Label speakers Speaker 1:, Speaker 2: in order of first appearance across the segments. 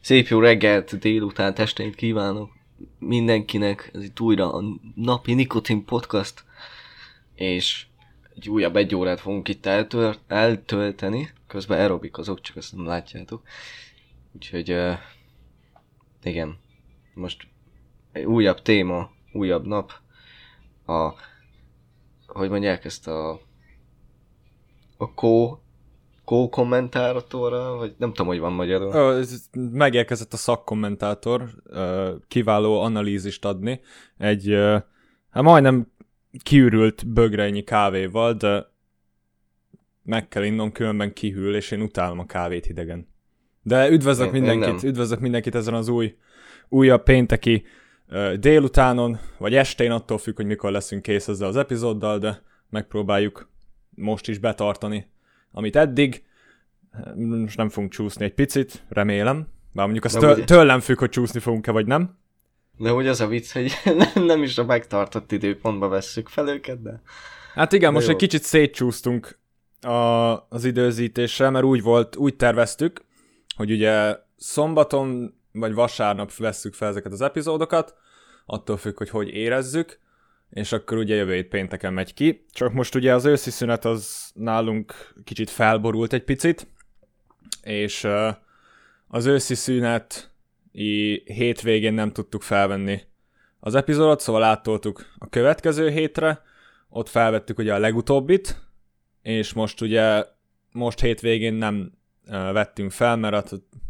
Speaker 1: Szép jó reggelt, délután, estét kívánok mindenkinek. Ez itt újra a napi Nikotin Podcast. És egy újabb 1 órát fogunk itt eltölteni. Közben aerobikozok, csak ezt nem látjátok. Úgyhogy igen, most egy újabb téma, újabb nap. Hogy mondják ezt a kommentátorra, vagy nem tudom, hogy van magyarul.
Speaker 2: Megérkezett a szakkommentátor, kiváló analízist adni. Egy majdnem kiürült bögreinyi kávéval, de meg kell innom, különben kihűl, és én utálom a kávét hidegen. De üdvözlök mindenkit ezen az újabb pénteki délutánon, vagy estén, attól függ, hogy mikor leszünk kész ezzel az epizóddal, de megpróbáljuk most is betartani, amit eddig. Most nem fogunk csúszni egy picit, remélem. Bár mondjuk az tőlem függ, hogy csúszni fogunk-e, vagy nem.
Speaker 1: De hogy az a vicc, hogy nem is a megtartott időpontba vesszük fel őket, de...
Speaker 2: Hát igen, most egy kicsit szétcsúsztunk az időzítéssel, mert úgy terveztük, hogy ugye szombaton vagy vasárnap vesszük fel ezeket az epizódokat, attól függ, hogy érezzük, és akkor ugye jövő hét pénteken megy ki. Csak most ugye az őszi szünet az nálunk kicsit felborult egy picit, és az őszi szünet hétvégén nem tudtuk felvenni az epizódot, szóval áttoltuk a következő hétre, ott felvettük ugye a legutóbbit, és most hétvégén nem vettünk fel, mert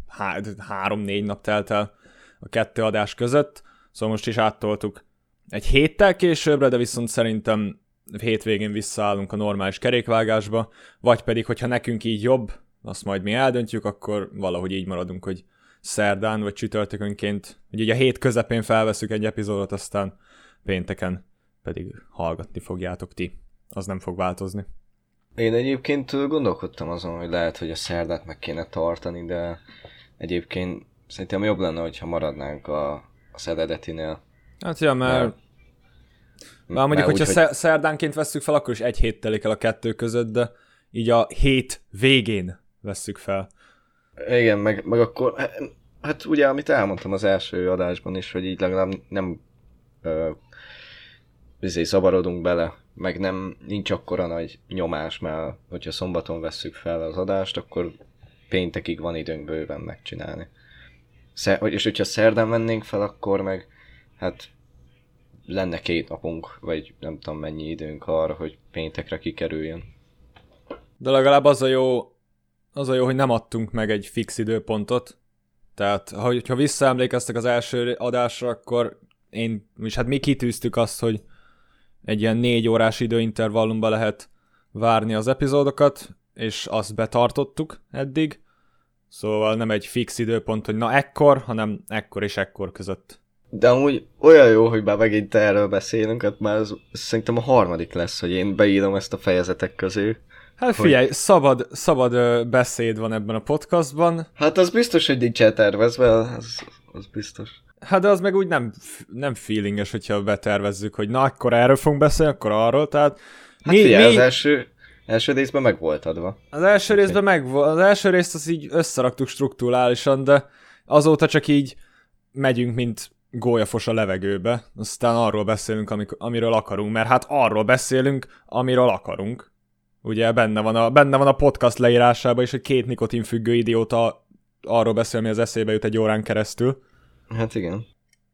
Speaker 2: 3-4 nap telt el a 2 adás között, szóval most is áttoltuk egy héttel későbbre, de viszont szerintem hétvégén visszaállunk a normális kerékvágásba, vagy pedig, hogyha nekünk így jobb, azt majd mi eldöntjük, akkor valahogy így maradunk, hogy szerdán vagy csütörtökönként, hogy így a hét közepén felveszünk egy epizódot, aztán pénteken pedig hallgatni fogjátok ti. Az nem fog változni.
Speaker 1: Én egyébként gondolkodtam azon, hogy lehet, hogy a szerdát meg kéne tartani, de egyébként szerintem jobb lenne, hogyha maradnánk az eredetinél.
Speaker 2: Hát ja, mert mondjuk, hogyha szerdánként vesszük fel, akkor is egy hét telik el a 2 között, de így a hét végén vesszük fel.
Speaker 1: Igen, meg akkor, hát ugye, amit elmondtam az első adásban is, hogy így legalább nem zavarodunk bele, meg nincs akkora nagy nyomás, mert hogyha szombaton vesszük fel az adást, akkor péntekig van időnk bőven megcsinálni. És hogyha szerdán vennénk fel, akkor meg hát lenne 2 napunk, vagy nem tudom mennyi időnk arra, hogy péntekre kikerüljön.
Speaker 2: De legalább az a jó, hogy nem adtunk meg egy fix időpontot. Tehát, ha visszaemlékeztek az első adásra, akkor mi kitűztük azt, hogy egy ilyen 4 órás időintervallumban lehet várni az epizódokat, és azt betartottuk eddig. Szóval nem egy fix időpont, hogy na ekkor, hanem ekkor és ekkor között.
Speaker 1: De amúgy olyan jó, hogy már megint erről beszélünk, hát már ez szerintem a 3. lesz, hogy én beírom ezt a fejezetek közül.
Speaker 2: Hát figyelj, szabad beszéd van ebben a podcastban.
Speaker 1: Hát az biztos, hogy nincs eltervezve, az biztos.
Speaker 2: Hát de az meg úgy nem feelinges, hogyha betervezzük, hogy na, akkor erről fogunk beszélni, akkor arról, tehát...
Speaker 1: Hát figyelj, az első részben meg volt adva.
Speaker 2: Az első részben az első részt az így összeraktuk strukturálisan, de azóta csak így megyünk, mint gólyafos a levegőbe, aztán arról beszélünk, amiről akarunk, mert hát arról beszélünk, amiről akarunk. Ugye benne van a podcast leírásában is, hogy 2 nikotinfüggő idióta arról beszél, mi az eszébe jut egy órán keresztül.
Speaker 1: Hát igen.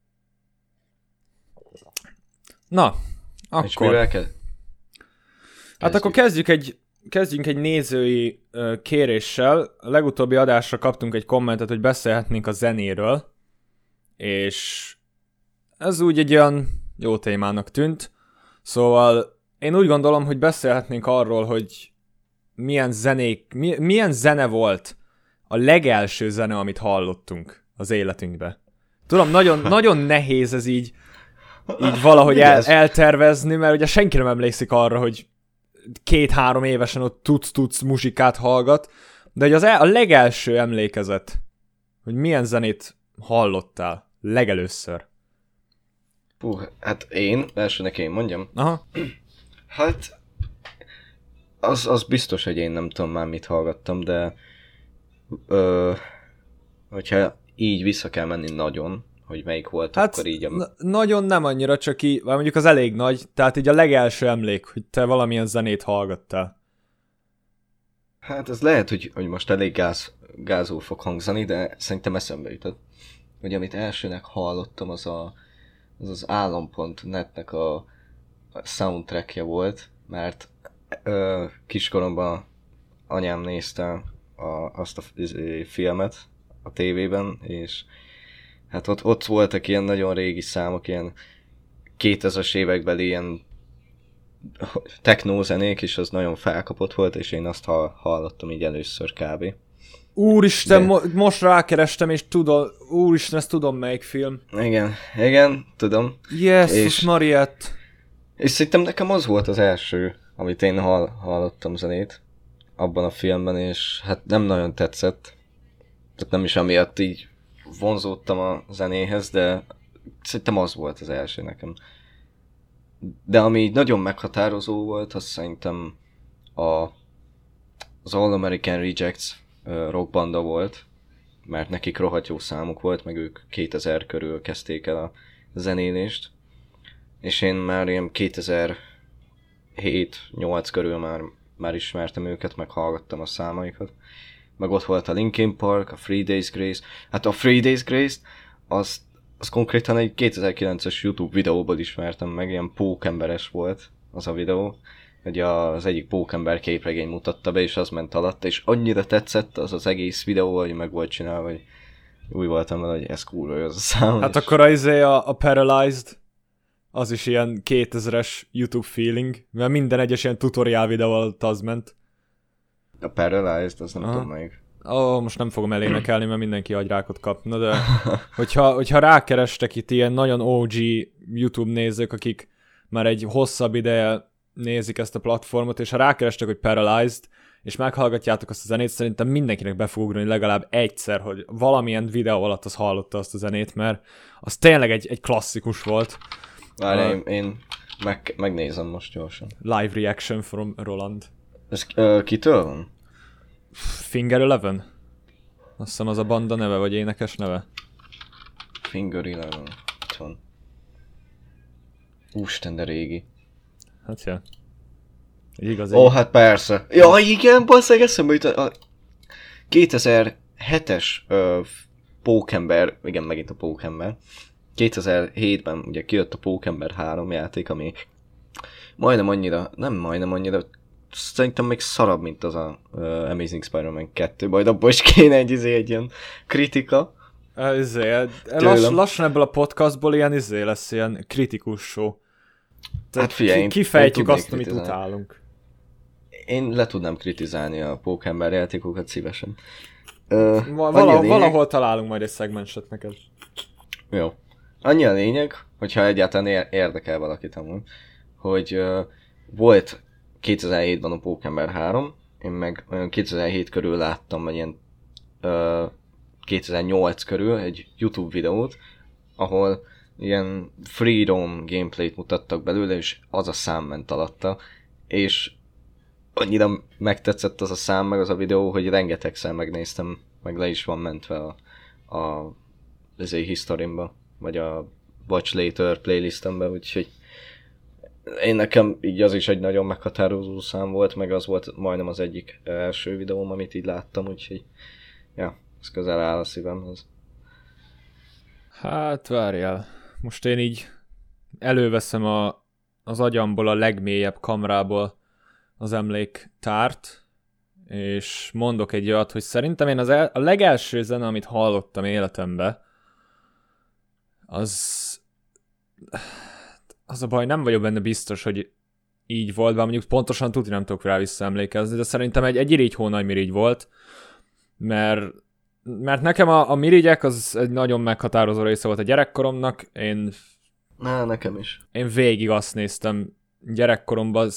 Speaker 2: Na, akkor...
Speaker 1: És mivel kell?
Speaker 2: Hát akkor kezdjünk egy nézői kéréssel. A legutóbbi adásra kaptunk egy kommentet, hogy beszélhetnénk a zenéről, és ez úgy egy olyan jó témának tűnt. Szóval én úgy gondolom, hogy beszélhetnénk arról, hogy milyen zene volt a legelső zene, amit hallottunk az életünkbe. Tudom, nagyon nehéz ez így valahogy eltervezni, mert ugye senki nem emlékszik arra, hogy 2-3 évesen ott tuc muzsikát hallgat, de hogy a legelső emlékezet, hogy milyen zenét hallottál legelőször.
Speaker 1: Hát elsőnek én mondjam.
Speaker 2: Aha.
Speaker 1: Hát az biztos, hogy én nem tudom már mit hallgattam, de hogyha így vissza kell menni nagyon, hogy melyik volt
Speaker 2: hát
Speaker 1: akkor így.
Speaker 2: Nagyon nem annyira, csak így, vagy mondjuk az elég nagy, tehát így a legelső emlék, hogy te valamilyen zenét hallgattál.
Speaker 1: Hát ez lehet, hogy most elég gázul fog hangzani, de szerintem eszembe jutott. Hogy amit elsőnek hallottam, az állam.net-nek a soundtrackje volt, mert kiskoromban anyám nézte azt a filmet a tévében, és hát ott voltak ilyen nagyon régi számok, ilyen 2000-es évekbeli ilyen technózenék, és az nagyon felkapott volt, és én azt hallottam így először kb.
Speaker 2: Úristen, most rákerestem, és úristen, ezt tudom melyik film.
Speaker 1: Igen, tudom.
Speaker 2: Jézus Mariett.
Speaker 1: És szerintem nekem az volt az első, amit én hallottam zenét abban a filmben, és hát nem nagyon tetszett. Tehát nem is amiatt így vonzódtam a zenéhez, de szerintem az volt az első nekem. De ami így nagyon meghatározó volt, az szerintem az All American Rejects rockbanda volt, mert nekik rohadt jó számuk volt, meg ők 2000 körül kezdték el a zenélést, és én már ilyen 2007-8 körül már ismertem őket, meg hallgattam a számaikat. Meg ott volt a Linkin Park, a Three Days Grace. Hát a Three Days Grace-t, az konkrétan egy 2009-es YouTube videóból ismertem meg, ilyen pókemberes volt az a videó. Ugye az egyik pókember képregény mutatta be, és az ment alatta, és annyira tetszett az egész videó, hogy meg volt csinálva, hogy úgy voltam vele, hogy ez kurva jó az a szám.
Speaker 2: Hát és... akkor a Paralyzed, az is ilyen 2000-es YouTube feeling, mert minden egyes ilyen tutoriál videó alatt az ment.
Speaker 1: A Paralyzed, az nem tudom melyik.
Speaker 2: Most nem fogom elénekelni, mert mindenki agyrákot kapna, de hogyha rákerestek itt ilyen nagyon OG YouTube nézők, akik már egy hosszabb ideje nézik ezt a platformot, és ha rákerestek, hogy Paralyzed, és meghallgatjátok azt a zenét, szerintem mindenkinek be fog ugrani legalább egyszer, hogy valamilyen videó alatt az hallotta azt a zenét, mert az tényleg egy klasszikus volt.
Speaker 1: Várj, én megnézem most gyorsan.
Speaker 2: Live reaction from Roland.
Speaker 1: Ez kitől van?
Speaker 2: Finger Eleven? Azt hiszem az a banda neve, vagy énekes neve.
Speaker 1: Finger Eleven. Itt van. Úristen, de régi.
Speaker 2: Hát ja. Igaz.
Speaker 1: Hát persze. Ja, igen, basszeg, eszembe jut a 2007-es Pókember, igen, megint a Pókember. 2007-ben ugye kijött a Pókember 3 játék, ami nem majdnem annyira, szerintem még szarabb, mint az a Amazing Spider-Man 2, majd abból is kéne egy ilyen kritika.
Speaker 2: Lassan ebből a podcastból ilyen lesz, ilyen kritikus show.
Speaker 1: Hát figyelj,
Speaker 2: kifejtjük azt, amit utálunk.
Speaker 1: Én le tudnám kritizálni a Pókember játékokat szívesen.
Speaker 2: Valahol találunk majd egy szegmenset neked.
Speaker 1: Jó. Annyi a lényeg, hogyha egyáltalán érdekel valakit amúgy, hogy volt 2007-ben a Pókember 3, én meg olyan 2007 körül láttam, vagy ilyen 2008 körül egy YouTube videót, ahol ilyen free roam gameplayt mutattak belőle, és az a szám ment alatta, és annyira megtetszett az a szám, meg az a videó, hogy rengetegszer megnéztem, meg le is van mentve a history-ba, vagy a Watch Later playlistembe, úgyhogy én nekem így az is egy nagyon meghatározó szám volt, meg az volt majdnem az egyik első videóm, amit így láttam, úgyhogy ja, ez közel áll a szívemhez.
Speaker 2: Hát várjál, most én így előveszem az agyamból a legmélyebb kamrából az emléktárt, és mondok egy olyat, hogy szerintem én a legelső zene, amit hallottam életembe, az a baj, nem vagyok benne biztos, hogy így volt, bár mondjuk pontosan tudni nem tudok rá visszaemlékezni, de szerintem egy irigy hónajmirigy volt, mert nekem a mirigyek az egy nagyon meghatározó része volt a gyerekkoromnak,
Speaker 1: nekem is.
Speaker 2: Én végig azt néztem gyerekkoromban,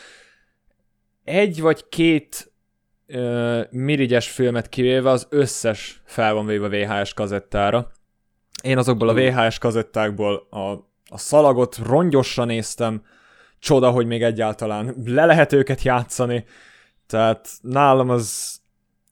Speaker 2: egy vagy két mirigyes filmet kivéve az összes fel van véve VHS kazettára. Én azokból a VHS kazettákból a szalagot rongyosra néztem, csoda, hogy még egyáltalán le lehet őket játszani, tehát nálam az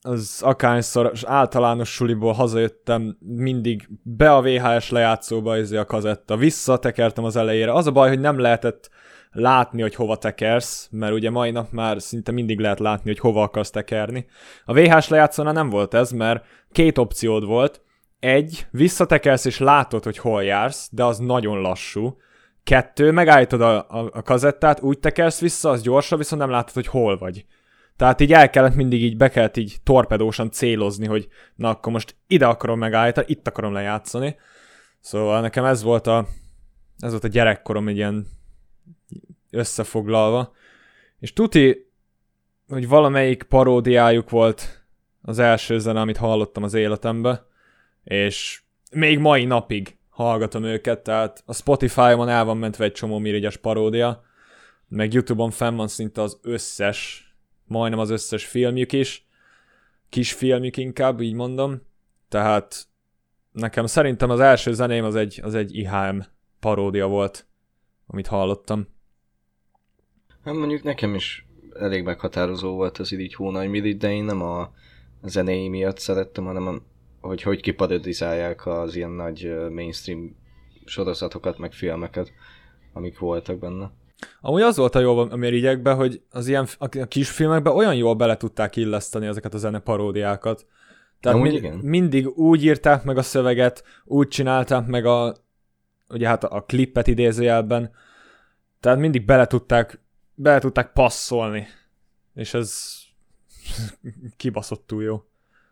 Speaker 2: az akárszor általános suliból hazajöttem, mindig be a VHS lejátszóba a kazetta, visszatekertem az elejére. Az a baj, hogy nem lehetett látni, hogy hova tekersz, mert ugye mai nap már szinte mindig lehet látni, hogy hova akarsz tekerni. A VHS lejátszónál nem volt ez, mert 2 opciód volt. 1, visszatekersz és látod, hogy hol jársz, de az nagyon lassú. 2, megállítod a kazettát, úgy tekersz vissza, az gyorsabb, viszont nem látod, hogy hol vagy. Tehát így el kellett mindig így, be kellett így torpedósan célozni, hogy na akkor most ide akarom megállítani, itt akarom lejátszani. Szóval nekem ez volt a gyerekkorom egy ilyen összefoglalva. És tuti, hogy valamelyik paródiájuk volt az első zene, amit hallottam az életembe, és még mai napig hallgatom őket, tehát a Spotify-on el van mentve egy csomó mirigyes paródia, meg YouTube-on fenn van szinte az összes, majdnem az összes filmjük is, kis filmjük inkább, így mondom, tehát nekem szerintem az első zeném az egy IHM paródia volt, amit hallottam.
Speaker 1: Hát mondjuk nekem is elég meghatározó volt az így Hónai Mirigy, de én nem a zenéi miatt szerettem, hanem hogy kiparodizálják az ilyen nagy mainstream sorozatokat, meg filmeket, amik voltak benne.
Speaker 2: Amúgy az volt a jó a Mirigyekben, hogy az ilyen a kis filmekben olyan jól bele tudták illeszteni ezeket a zeneparódiákat. Tehát mindig úgy írták meg a szöveget, úgy csinálták meg ugye hát a klippet idézőjelben, tehát mindig bele tudták passzolni. És ez kibaszottul jó.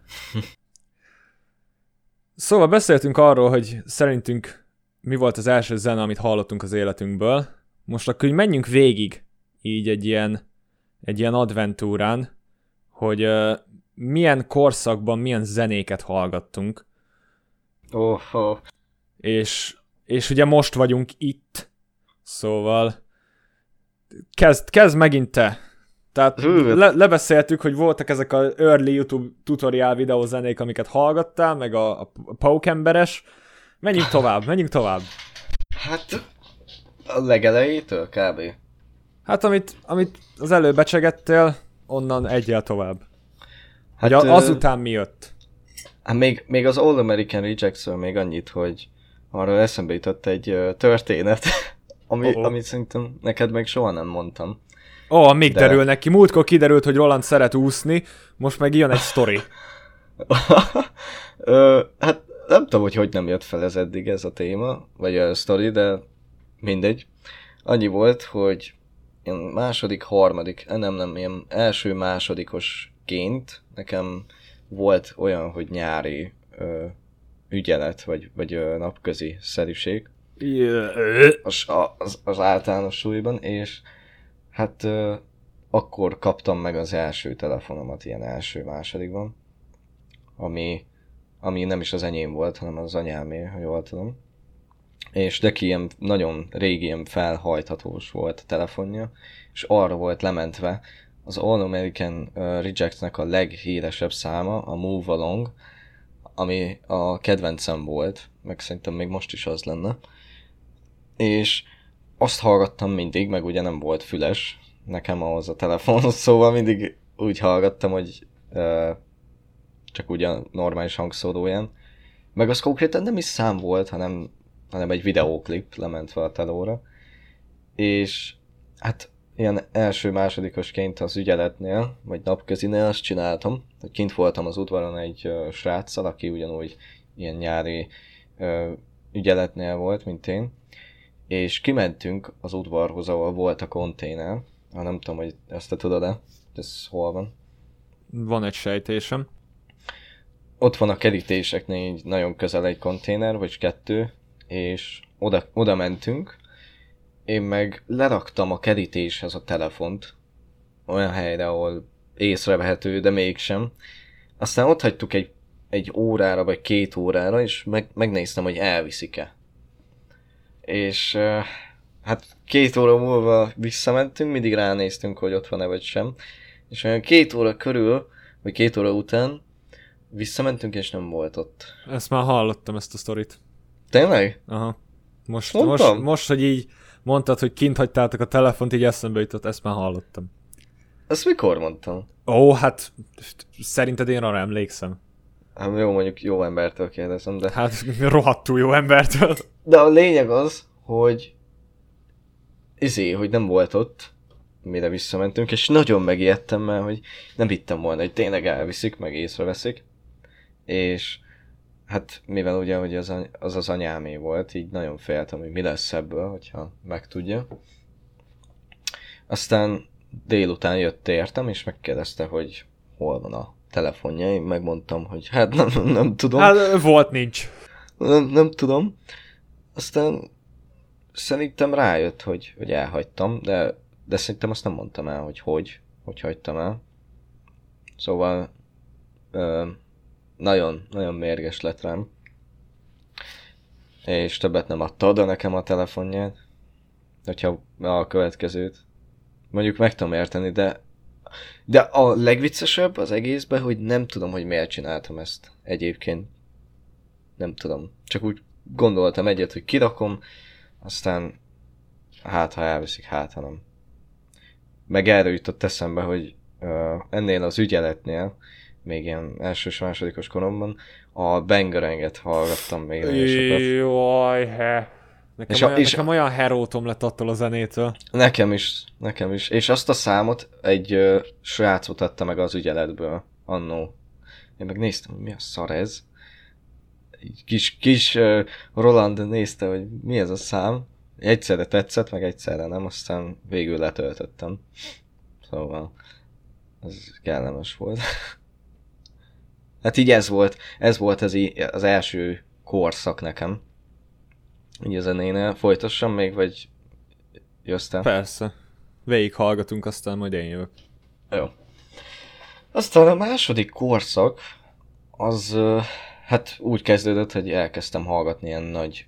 Speaker 2: Szóval beszéltünk arról, hogy szerintünk mi volt az első zene, amit hallottunk az életünkből. Most akkor így menjünk végig így egy ilyen adventúrán, hogy milyen korszakban milyen zenéket hallgattunk.
Speaker 1: Oh.
Speaker 2: És ugye most vagyunk itt, szóval kezd megint te. Tehát lebeszéltük, hogy voltak ezek a early YouTube tutorial videózenék, amiket hallgattál, meg a pókemberes. Menjünk tovább. Hát
Speaker 1: a legelejétől kb.
Speaker 2: Hát amit az előbb becsegettél, onnan egyel tovább. Hát, hogy azután mi jött?
Speaker 1: Hát még az All American Rejects-ről még annyit, hogy arra eszembe jutott egy történet, amit szerintem neked még soha nem mondtam.
Speaker 2: Még derül neki. Múltkor kiderült, hogy Roland szeret úszni, most meg jön egy sztori.
Speaker 1: Hát nem tudom, hogy nem jött fel ez eddig ez a téma, vagy a sztori, de mindegy. Annyi volt, hogy ilyen ilyen első másodikosként nekem volt olyan, hogy nyári ügyelet, vagy napközi szerűség. Az általános súlyban, és hát akkor kaptam meg az első telefonomat, ilyen első-másodikban, ami nem is az enyém volt, hanem az anyámé, ha jól tudom. És neki ilyen nagyon régi, ilyen felhajthatós volt a telefonja, és arra volt lementve az All American Rejects-nek a leghíresebb száma, a Move Along, ami a kedvencem volt, meg szerintem még most is az lenne. És azt hallgattam mindig, meg ugye nem volt füles nekem ahhoz a telefonhoz, szóval mindig úgy hallgattam, hogy csak úgy a normális hangszóróján. Meg az konkrétan nem is szám volt, hanem egy videóklip lementve a telóra. És hát ilyen első-másodikosként az ügyeletnél, vagy napközinél azt csináltam, hogy kint voltam az udvaron egy sráccal, aki ugyanúgy ilyen nyári ügyeletnél volt, mint én. És kimentünk az udvarhoz, ahol volt a konténer. Nem tudom, hogy ezt te tudod-e? Ez hol van?
Speaker 2: Van egy sejtésem.
Speaker 1: Ott van a kerítéseknél így nagyon közel egy konténer, vagy 2, és oda mentünk. Én meg leraktam a kerítéshez a telefont. Olyan helyre, ahol észrevehető, de mégsem. Aztán ott hagytuk egy órára, vagy 2 órára, és megnéztem, hogy elviszik-e. És hát 2 óra múlva visszamentünk, mindig ránéztünk, hogy ott van-e vagy sem. És olyan 2 óra körül, vagy 2 óra után visszamentünk, és nem volt ott.
Speaker 2: Ezt már hallottam, ezt a sztorit.
Speaker 1: Tényleg?
Speaker 2: Aha. Most, hogy így mondtad, hogy kint hagytátok a telefont, így eszembe jutott, ezt már hallottam.
Speaker 1: Azt mikor mondtam?
Speaker 2: Hát szerinted én arra emlékszem.
Speaker 1: Hát jó, mondjuk jó embertől kérdezem, de...
Speaker 2: Hát rohadtul jó embertől.
Speaker 1: De a lényeg az, hogy hogy nem volt ott, mire visszamentünk, és nagyon megijedtem, mert hogy nem hittem volna, hogy tényleg elviszik, meg észreveszik. És hát mivel ugye hogy az anyámé volt, így nagyon féltem, hogy mi lesz ebből, hogyha megtudja. Aztán délután jött értem, és megkérdezte, hogy hol van a telefonja. Én megmondtam, hogy hát nem tudom.
Speaker 2: Hát volt, nincs.
Speaker 1: Nem tudom. Aztán szerintem rájött, hogy elhagytam, de szerintem azt nem mondtam el, hogy hagytam el. Szóval nagyon, nagyon mérges lett rám. És többet nem adta oda nekem a telefonját. Hogyha a következőt. Mondjuk meg tudom érteni, de a legviccesebb az egészben, hogy nem tudom, hogy miért csináltam ezt egyébként. Nem tudom. Csak úgy gondoltam egyet, hogy kirakom, aztán hát ha elviszik, hát ha nem. Meg erről jutott eszembe, hogy ennél az ügyeletnél, még ilyen elsős-másodikos koromban, a Bangaranget hallgattam még nagyon sokat.
Speaker 2: Jaj, Nekem olyan herótom lett attól a zenétől.
Speaker 1: Nekem is. És azt a számot egy srác mutatta meg az ügyeletből annó. Én meg néztem, hogy mi a szar ez. Egy kis Roland nézte, hogy mi ez a szám. Egyszerre tetszett, meg egyszerre nem, aztán végül letöltöttem. Szóval ez kellemes volt. Hát így ez volt az első korszak nekem. Így a zenénél. Folytassam még, vagy jössz te?
Speaker 2: Persze. Végig hallgatunk, aztán majd én jövök.
Speaker 1: Jó. Aztán a második korszak az hát úgy kezdődött, hogy elkezdtem hallgatni ilyen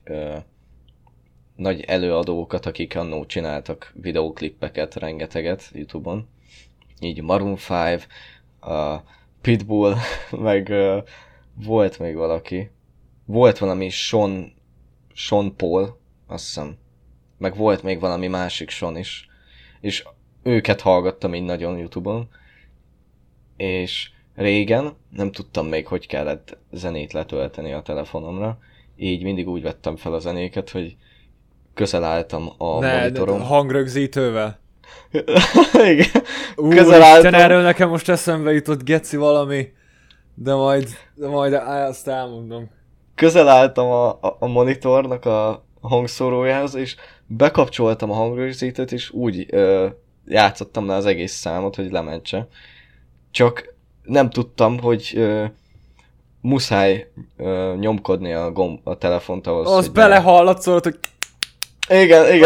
Speaker 1: nagy előadókat, akik annó csináltak videóklippeket, rengeteget YouTube-on. Így Maroon 5, Pitbull, meg volt még valaki. Volt valami Sean Paul, azt hiszem. Meg volt még valami másik Sean is. És őket hallgattam így nagyon YouTube-on. És régen nem tudtam még, hogy kellett zenét letölteni a telefonomra. Így mindig úgy vettem fel a zenéket, hogy közel álltam a monitorom.
Speaker 2: Hangrögzítővel?
Speaker 1: Igen.
Speaker 2: Közel álltam. Erről nekem most eszembe jutott geci valami, de majd azt elmondom.
Speaker 1: Közel álltam a monitornak a hangszórójához, és bekapcsoltam a hangrögzítőt, és úgy játszottam le az egész számot, hogy lementse. Csak nem tudtam, hogy muszáj nyomkodni a telefont ahhoz,
Speaker 2: az belehallatszott, hogy...
Speaker 1: Igen.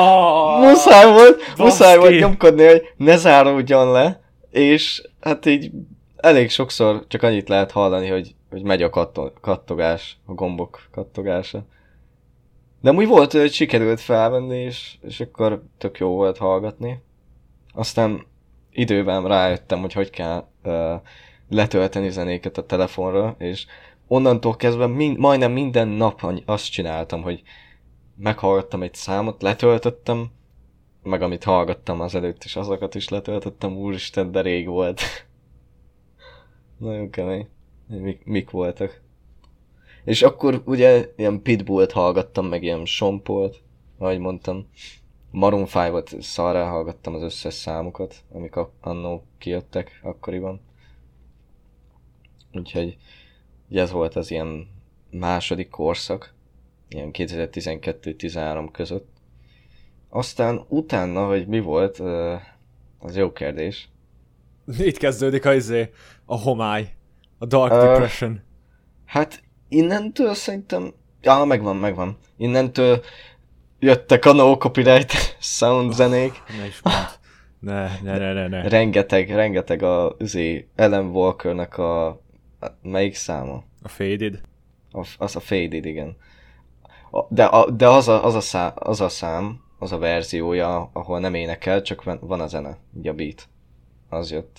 Speaker 1: Muszáj volt nyomkodni, hogy ne záródjon le, és hát így elég sokszor csak annyit lehet hallani, hogy megy a kattogás, a gombok kattogása. De úgy volt, hogy sikerült felvenni, és akkor tök jó volt hallgatni. Aztán időben rájöttem, hogy kell letölteni zenéket a telefonra, és onnantól kezdve majdnem minden nap azt csináltam, hogy meghallgattam egy számot, letöltöttem, meg amit hallgattam azelőtt is, azokat is letöltöttem, úristen, de rég volt. Nagyon kemény. Mik voltak. És akkor ugye ilyen Pitbullt hallgattam, meg ilyen Sean Paul-t, ahogy mondtam. Maroon 5-ot szarrá hallgattam az összes számokat, amik annó kijöttek akkoriban. Úgyhogy ez volt az ilyen második korszak, ilyen 2012-13 között. Aztán utána, hogy mi volt, az jó kérdés.
Speaker 2: Itt kezdődik a homály, a Dark Depression.
Speaker 1: Hát innentől szerintem, megvan. Innentől jöttek a no copyright sound zenék.
Speaker 2: Ne is mondd. Ne.
Speaker 1: Rengeteg Alan Walkernek a melyik száma?
Speaker 2: A Faded?
Speaker 1: Az a Faded, igen. De az a szám, az a verziója, ahol nem énekel, csak van a zene, így a beat. Az jött.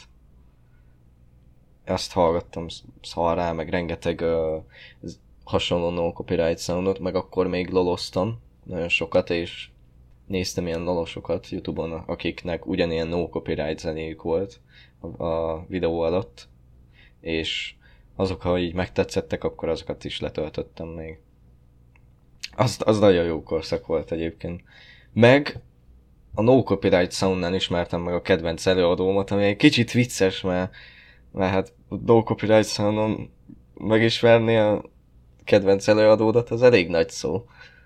Speaker 1: Azt hallgattam szarrá, meg rengeteg hasonló no copyright soundot, meg akkor még loloztam nagyon sokat, és néztem ilyen dalosokat YouTube-on, akiknek ugyanilyen no copyright zenéjük volt a videó alatt, és azok, ha így megtetszettek, akkor azokat is letöltöttem még. Az nagyon jó korszak volt egyébként. Meg a no copyright soundnál ismertem meg a kedvenc előadómat, ami egy kicsit vicces, mert hát no copyright soundon megismerni a kedvenc előadódat, az elég nagy szó.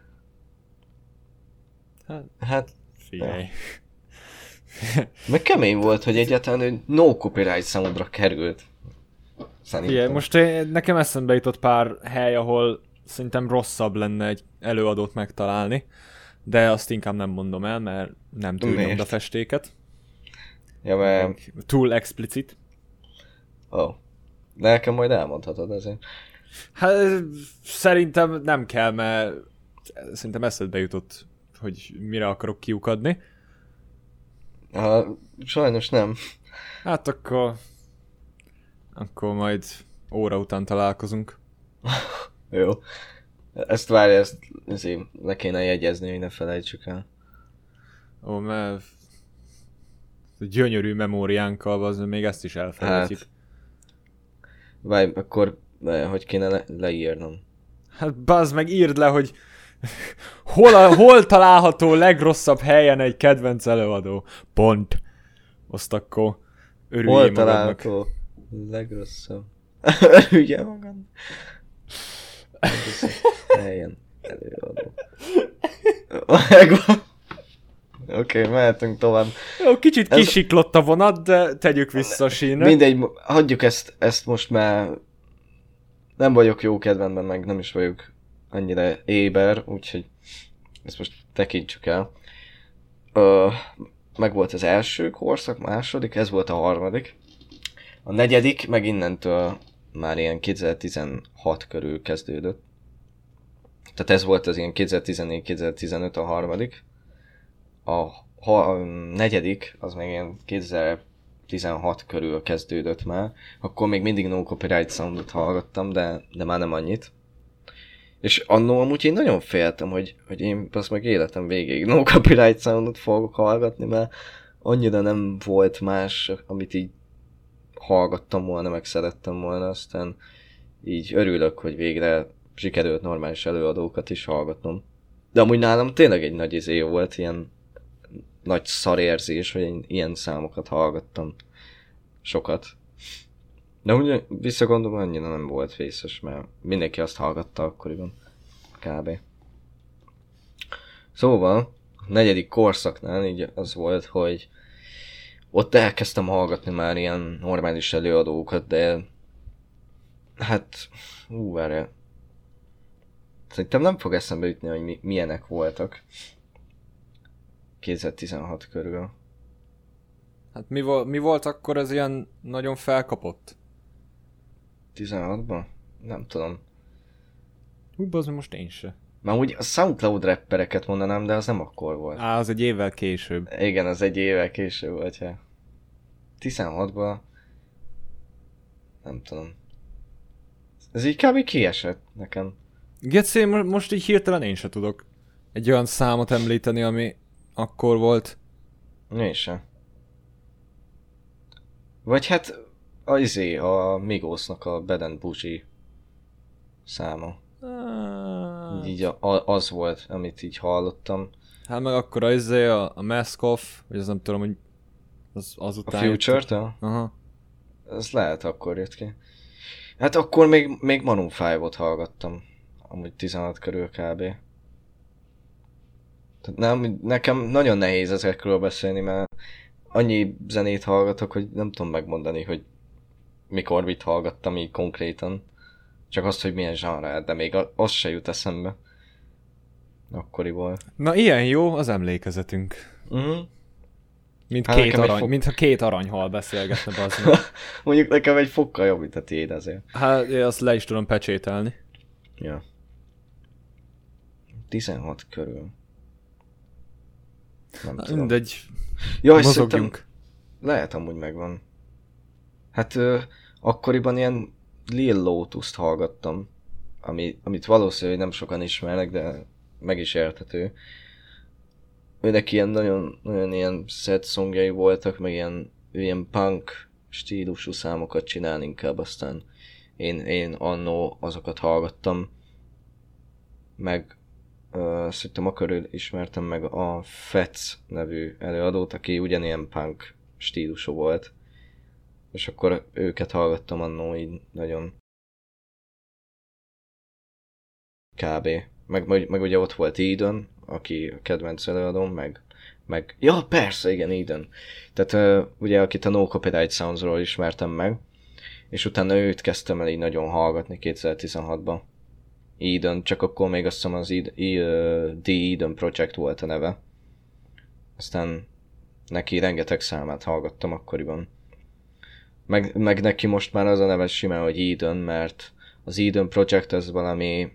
Speaker 1: Hát
Speaker 2: figyelj.
Speaker 1: Ja. Meg kemény volt, hogy egyáltalán ő no copyright soundra került. Szerintem.
Speaker 2: Figyelj, most nekem eszembe jutott pár hely, ahol szerintem rosszabb lenne egy előadót megtalálni, de azt inkább nem mondom el, mert nem túl nyomdafestéket.
Speaker 1: Ja, mert...
Speaker 2: Túl explicit.
Speaker 1: De nekem majd elmondhatod azért.
Speaker 2: Hát szerintem nem kell, mert szerintem eszedbe jutott, hogy mire akarok kiukadni.
Speaker 1: Sajnos nem.
Speaker 2: Hát akkor majd óra után találkozunk.
Speaker 1: Jó. Ezt várja, ezt le kéne jegyezni, hogy ne felejtsük el.
Speaker 2: Mert gyönyörű memóriánkkal, az még ezt is elfelejtjük.
Speaker 1: Hát. Várj, akkor hogy kéne leírnom?
Speaker 2: Hát bazd meg, írd le, hogy hol található legrosszabb helyen egy kedvenc előadó. Pont. Azt akkor örüljél magadnak. Hol található
Speaker 1: legrosszabb? Örüljél magad. Helyen előadó. Oké, mehetünk tovább.
Speaker 2: Jó, kicsit kisiklott a vonat, de tegyük vissza a sínre.
Speaker 1: Mindegy, hagyjuk ezt most már. Nem vagyok jó kedvemben, meg nem is vagyok annyira éber, úgyhogy ezt most tekintsük el. Meg volt az első korszak, második, ez volt a harmadik. A negyedik, meg innentől már ilyen 2016 körül kezdődött. Tehát ez volt az ilyen 2014-2015 a harmadik. A negyedik, az meg ilyen 2016 körül kezdődött már. Akkor még mindig no copyright soundot hallgattam, de már nem annyit. És annól amúgy én nagyon féltem, hogy én azt meg életem végéig no copyright soundot fogok hallgatni, mert annyira nem volt más, amit így hallgattam volna, meg szerettem volna, aztán így örülök, hogy végre sikerült normális előadókat is hallgatnom. De amúgy nálam tényleg egy nagy izé volt, ilyen nagy szarérzés, hogy én ilyen számokat hallgattam sokat. De ugye visszagondolom, annyira nem volt vészes, mert mindenki azt hallgatta akkoriban. Kb. Szóval, a negyedik korszaknál így az volt, hogy ott elkezdtem hallgatni már ilyen normális előadókat, de hát, várjál. Szerintem nem fog eszembe jutni, hogy milyenek voltak 2016 körül.
Speaker 2: Hát mi volt akkor ez ilyen nagyon felkapott?
Speaker 1: 16-ban? Nem tudom.
Speaker 2: Az most én se.
Speaker 1: Már úgy a SoundCloud rappereket mondanám, de az nem akkor volt.
Speaker 2: Az egy évvel később.
Speaker 1: Igen, az egy évvel később volt, ja. 16-ban... Nem tudom. Ez így kb. Kiesett nekem.
Speaker 2: Geci, most így hirtelen én se tudok egy olyan számot említeni, ami akkor volt.
Speaker 1: Én sem. Vagy hát a Migosnak a Bad and Bougie száma. Így az volt, amit így hallottam.
Speaker 2: Hát meg akkor a Mask Off, vagy az nem tudom, hogy azután...
Speaker 1: A Future-től?
Speaker 2: Aha.
Speaker 1: Ez lehet akkor jött ki. Hát akkor még Maroon 5-ot hallgattam. Amúgy 16 körül kb. Tehát nekem nagyon nehéz ezekről beszélni, mert annyi zenét hallgatok, hogy nem tudom megmondani, hogy mikor mit hallgattam így konkrétan. Csak azt, hogy milyen zsánra, de még az se jut eszembe. Akkoriból.
Speaker 2: Na ilyen jó az emlékezetünk.
Speaker 1: Uh-huh.
Speaker 2: Mintha két aranyhal beszélgetne bazd.
Speaker 1: Mondjuk nekem egy fokkal jobb, mint a tiéd azért.
Speaker 2: Hát én azt le is tudom pecsételni.
Speaker 1: Ja. 16 körül. Nem tudom.
Speaker 2: Mindegy.
Speaker 1: Jaj, szerintem lehet amúgy megvan. Hát akkoriban ilyen Lil Lotus-t hallgattam, amit valószínűleg nem sokan ismernek, de meg is érthető. őnek ilyen nagyon, nagyon ilyen sad songjai voltak, meg ilyen punk stílusú számokat csinál inkább, aztán én annó azokat hallgattam, meg szerintem akkor ismertem meg a Fetz nevű előadót, aki ugyanilyen punk stílusú volt, és akkor őket hallgattam annó így nagyon kb. Meg ugye ott volt Eden, aki a kedvenc előadóm, meg ja persze, igen, Eden. Tehát ugye akit a No Copyright Soundsról ismertem meg, és utána őt kezdtem el így nagyon hallgatni 2016-ban. Eden, csak akkor még azt hiszem az The Eden Project volt a neve. Aztán neki rengeteg számát hallgattam akkoriban. Meg neki most már az a neve simán, hogy Eden, mert az Eden Project az valami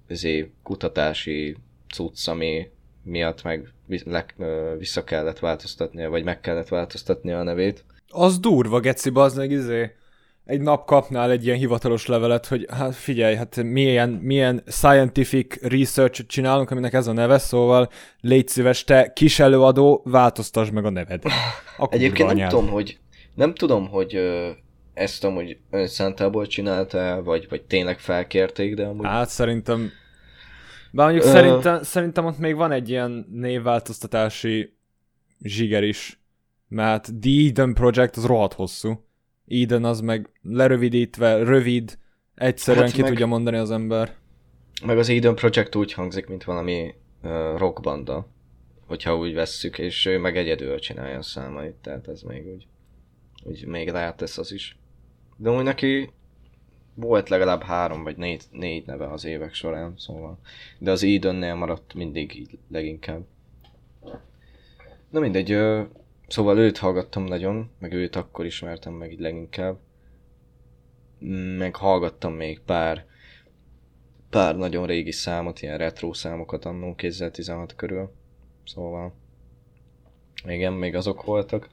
Speaker 1: kutatási cucc, ami miatt meg vissza kellett változtatnia, vagy meg kellett változtatnia a nevét.
Speaker 2: Az durva, geci, bazd meg, egy nap kapnál egy ilyen hivatalos levelet, hogy hát figyelj, hát milyen scientific research csinálunk, aminek ez a neve, szóval légy szíves, te kis előadó, változtasd meg a neved.
Speaker 1: Egyébként nem tudom, hogy ezt amúgy önszántából csinálta, vagy tényleg felkérték, de amúgy...
Speaker 2: Hát szerintem... Bár mondjuk szerintem ott még van egy ilyen névváltoztatási zsiger is, mert The Eden Project az rohadt hosszú. Eden az meg lerövidítve, rövid, egyszerűen ki tudja mondani az ember.
Speaker 1: Meg az Eden Project úgy hangzik, mint valami rockbanda, hogyha úgy vesszük, és ő meg egyedül csinálja a számait, tehát ez még úgy még rátesz az is. De úgy neki volt legalább 3 vagy 4 neve az évek során, szóval. De az Edennél maradt mindig így leginkább. Na mindegy, szóval őt hallgattam nagyon, meg őt akkor ismertem meg így leginkább. Meg hallgattam még pár nagyon régi számot, ilyen retro számokat annó 2016 körül. Szóval igen, még azok voltak.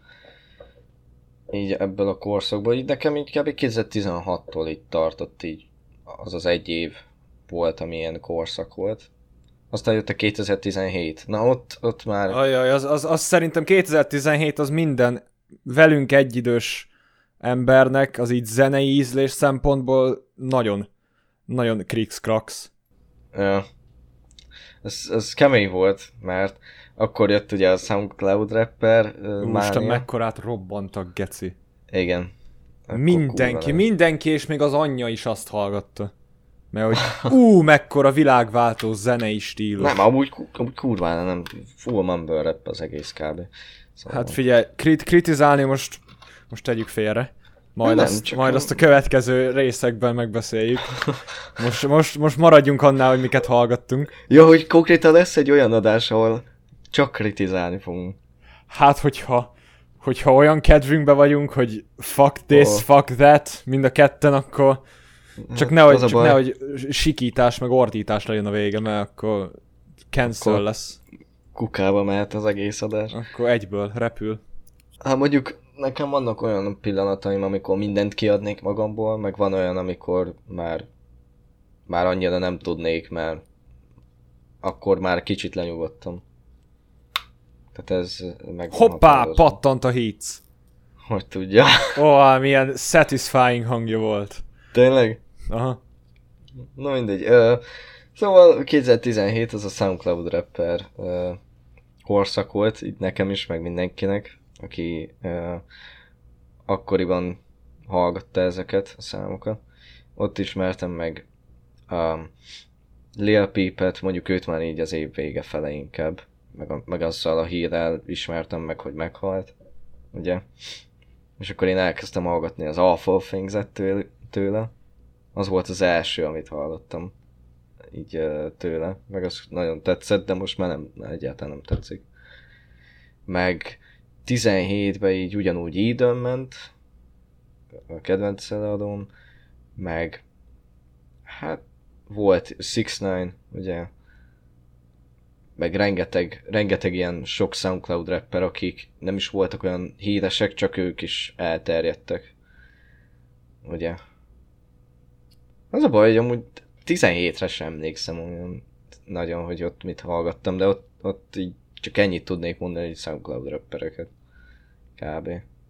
Speaker 1: Így ebből a korszakból, így nekem így kb. 2016-tól itt tartott így, az egy év volt, ami ilyen korszak volt. Aztán jött a 2017. Na ott már...
Speaker 2: Ajaj, az szerintem 2017 az minden velünk egyidős embernek, az így zenei ízlés szempontból nagyon, nagyon krikszkraksz.
Speaker 1: Ja. Ez kemény volt, mert akkor jött ugye a SoundCloud rapper
Speaker 2: Úristen, mekkorát robbantak, geci.
Speaker 1: Igen.
Speaker 2: Mindenki, és még az anyja is azt hallgatta. Mert hogy mekkora világváltó zenei stílus.
Speaker 1: Nem, amúgy kurván, nem, full mumble rap az egész kb.
Speaker 2: Szóval... Hát figyelj, kritizálni most tegyük félre. Majd azt a következő részekben megbeszéljük. Most maradjunk annál, hogy miket hallgattunk.
Speaker 1: Ja, hogy konkrétan lesz egy olyan adás, ahol csak kritizálni fogunk.
Speaker 2: Hát, hogyha olyan kedvünkbe vagyunk, hogy fuck this, fuck that, mind a ketten, akkor csak nehogy sikítás meg ordítás legyen a vége, mert akkor cancel akkor lesz.
Speaker 1: Kukába mehet az egész adás.
Speaker 2: Akkor egyből repül.
Speaker 1: Hát mondjuk nekem vannak olyan pillanataim, amikor mindent kiadnék magamból, meg van olyan, amikor már annyira nem tudnék, mert akkor már kicsit lenyugodtam. Tehát ez meg...
Speaker 2: Hoppá, pattant a hits.
Speaker 1: Hogy tudja.
Speaker 2: Milyen satisfying hangja volt.
Speaker 1: Tényleg?
Speaker 2: Aha.
Speaker 1: Na mindegy. Szóval 2017 az a SoundCloud rapper korszak volt, így nekem is, meg mindenkinek, aki akkoriban hallgatta ezeket a számokat. Ott ismertem meg Lil Peepet, mondjuk őt már így az év vége fele inkább, meg azzal a hírrel ismertem meg, hogy meghalt, ugye? És akkor én elkezdtem hallgatni az Awful Things-et tőle. Az volt az első, amit hallottam így tőle, meg az nagyon tetszett, de most már egyáltalán nem tetszik. Meg 17-ben így ugyanúgy Eden ment, a kedvenc előadóm, meg hát volt 6ix9ine, ugye, meg rengeteg ilyen sok SoundCloud rapper, akik nem is voltak olyan híresek, csak ők is elterjedtek, ugye. Az a baj, hogy amúgy 17-re sem emlékszem olyan nagyon, hogy ott mit hallgattam, de ott így Csak ennyit tudnék mondani, hogy SoundCloud rappereket. Kb.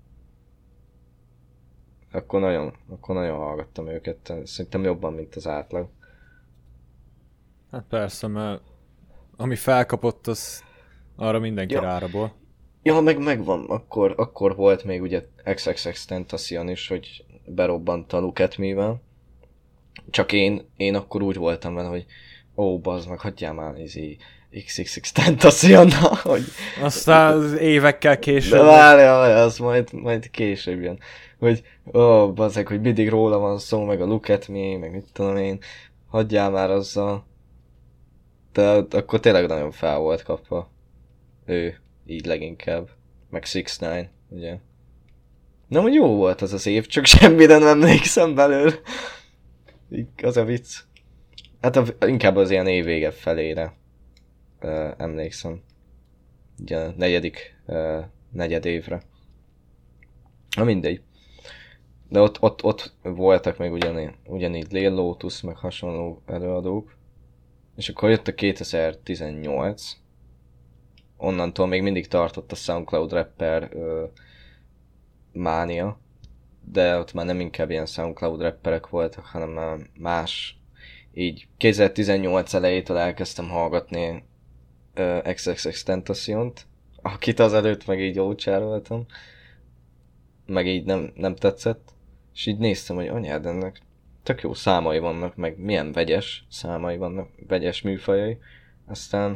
Speaker 1: Akkor nagyon hallgattam őket. Szerintem jobban, mint az átlag.
Speaker 2: Hát persze, mert ami felkapott, az arra mindenki rárabol.
Speaker 1: Ja, megvan. Akkor volt még ugye XXXTentacion is, hogy berobbant a Look at Me-vel. Csak én akkor úgy voltam vele, hogy bazd meg, hagyjál már XXXTentacionnal, hogy...
Speaker 2: Aztán az évekkel később...
Speaker 1: De várjál, az majd később jön. Hogy bazd meg, hogy mindig róla van szó, meg a Look at Me, meg mit tudom én. Hagyjál már azzal. De akkor tényleg nagyon fel volt kapva. Ő, így leginkább. Meg 6ix9ine, ugye. Nem, hogy jó volt az év, csak semmire nem emlékszem belőle. Az a vicc. Hát inkább az ilyen év vége felére emlékszem. Ugye a negyed évre. Na mindegy. De ott voltak még ugyanígy Lil Lotus, meg hasonló előadók. És akkor jött a 2018. Onnantól még mindig tartott a SoundCloud rapper mánia. De ott már nem inkább ilyen SoundCloud rapperek voltak, hanem már más. Így 2018 elejétől elkezdtem hallgatni XXXTentaciont, akit azelőtt meg így ócsároltam. Meg így nem tetszett. És így néztem, hogy anyád, ennek tök jó számai vannak, meg milyen vegyes számai vannak, vegyes műfajai. Aztán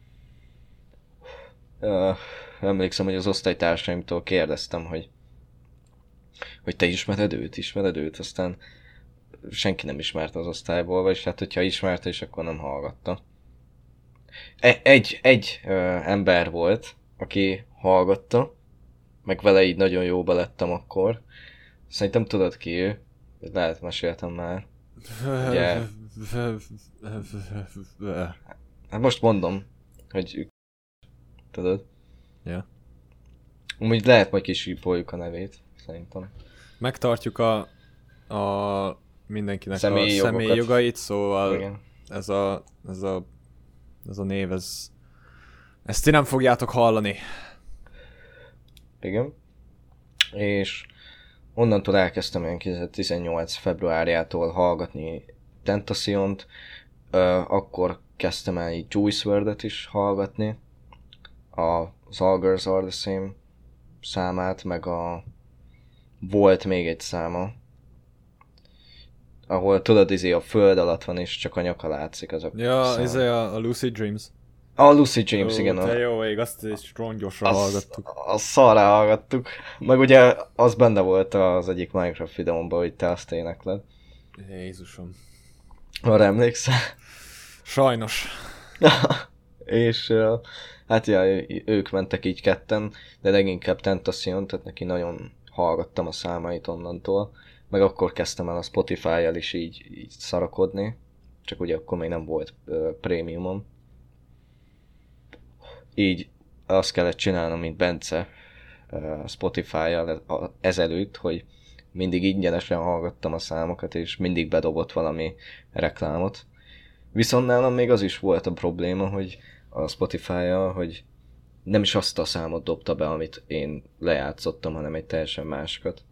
Speaker 1: emlékszem, hogy az osztálytársaimtól kérdeztem, hogy te ismered őt, aztán senki nem ismerte az osztályból, vagyis hát hogyha ismerte is, akkor nem hallgatta. Egy ember volt, aki hallgatta, meg vele így nagyon jóba lettem akkor. Szerintem tudod ki ő, lehet meséltem már. Ugye... Hát most mondom, hogy tudod.
Speaker 2: Ja.
Speaker 1: Úgy lehet majd kisípoljuk a nevét, szerintem.
Speaker 2: Megtartjuk a mindenkinek
Speaker 1: személyi
Speaker 2: a személyi jogait, szóval
Speaker 1: igen.
Speaker 2: ez a név, ezt ti nem fogjátok hallani.
Speaker 1: Igen. És onnantól elkezdtem olyan 2018 februárjától hallgatni Tentaciont, akkor kezdtem el így Juice WRLD-et is hallgatni, az All Girls Are The Same számát, meg volt még egy száma, ahol tudod, a föld alatt van, és csak a nyaka látszik, az a
Speaker 2: Ja, a Lucid Dreams.
Speaker 1: A Lucid Dreams, igen.
Speaker 2: Te jó ég, azt is rongyosra hallgattuk.
Speaker 1: Azt szarrá hallgattuk. Meg ugye az benne volt az egyik Minecraft videómban, hogy te azt énekled.
Speaker 2: Jézusom.
Speaker 1: Arra emlékszel?
Speaker 2: Sajnos.
Speaker 1: És hát ja, ők mentek így ketten, de leginkább Tentacion, tehát neki nagyon hallgattam a számait onnantól. Meg akkor kezdtem el a Spotify-jal is így szarakodni. Csak ugye akkor még nem volt prémiumom. Így azt kellett csinálnom, mint Bence Spotify-jal ezelőtt, hogy mindig ingyenesen hallgattam a számokat, és mindig bedobott valami reklámot. Viszont nálam még az is volt a probléma, hogy a Spotify-jal, hogy nem is azt a számot dobta be, amit én lejátszottam, hanem egy teljesen másikat.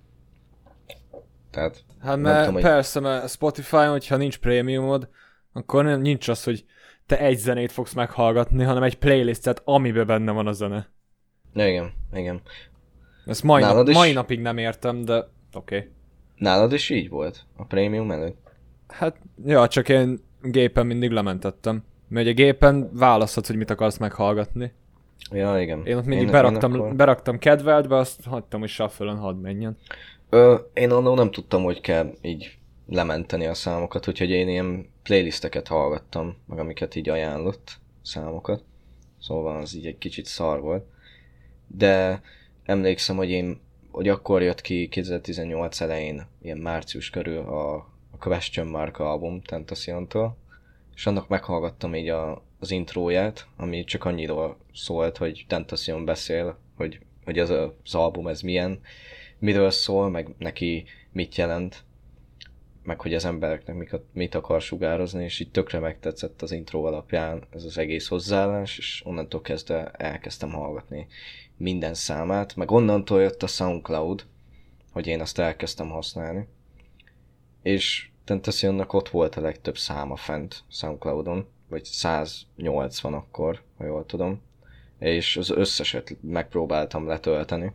Speaker 1: Tehát,
Speaker 2: hát mert tudom, persze, mert Spotify-on, hogyha nincs prémiumod, akkor nincs az, hogy te egy zenét fogsz meghallgatni, hanem egy playlistet, amiben benne van a zene.
Speaker 1: Igen.
Speaker 2: Ezt mai napig nem értem, de oké.
Speaker 1: Nálad is így volt? A prémium előtt?
Speaker 2: Hát, ja, csak én gépen mindig lementettem. Mert ugye gépen választhatsz, hogy mit akarsz meghallgatni.
Speaker 1: Ja, igen.
Speaker 2: Én ott mindig beraktam kedveltbe, azt hagytam, hogy shuffle-on hadd menjen.
Speaker 1: Én annól nem tudtam, hogy kell így lementeni a számokat, úgyhogy én ilyen playlisteket hallgattam, meg amiket így ajánlott számokat. Szóval az így egy kicsit szar volt. De emlékszem, hogy akkor jött ki 2018 elején, ilyen március körül a Question Mark album Tentaciontól, és annak meghallgattam így az intróját, ami csak annyiról szólt, hogy Tentacion beszél, hogy ez az album ez miről szól, meg neki mit jelent. meg hogy az embereknek mit akar sugározni, és így tökre megtetszett az intro alapján ez az egész hozzáállás, és onnantól kezdve elkezdtem hallgatni minden számát, meg onnantól jött a SoundCloud, hogy én azt elkezdtem használni. És Tentacionnak ott volt a legtöbb száma fent SoundCloudon, vagy 180 akkor, ha jól tudom, és az összeset megpróbáltam letölteni.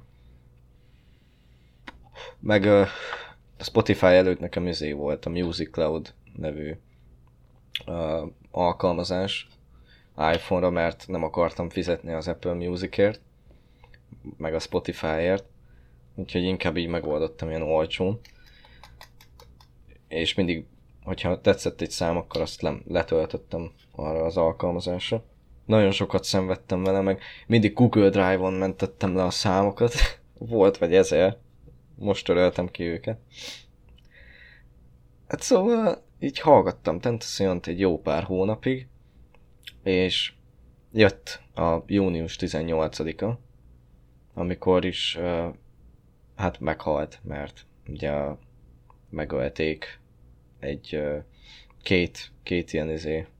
Speaker 1: Meg a Spotify előtt nekem volt a Music Cloud nevű alkalmazás iPhone-ra, mert nem akartam fizetni az Apple Musicért, meg a Spotifyért, úgyhogy inkább így megoldottam ilyen olcsón. És mindig, hogyha tetszett egy szám, akkor azt letöltöttem arra az alkalmazásra. Nagyon sokat szenvedtem vele, meg mindig Google Drive-on mentettem le a számokat. Volt vagy 1000. Most töröltem ki őket. Hát szóval így hallgattam Tentaciont egy jó pár hónapig, és jött a június 18-a, amikor is hát meghalt, mert ugye megölték egy két ilyen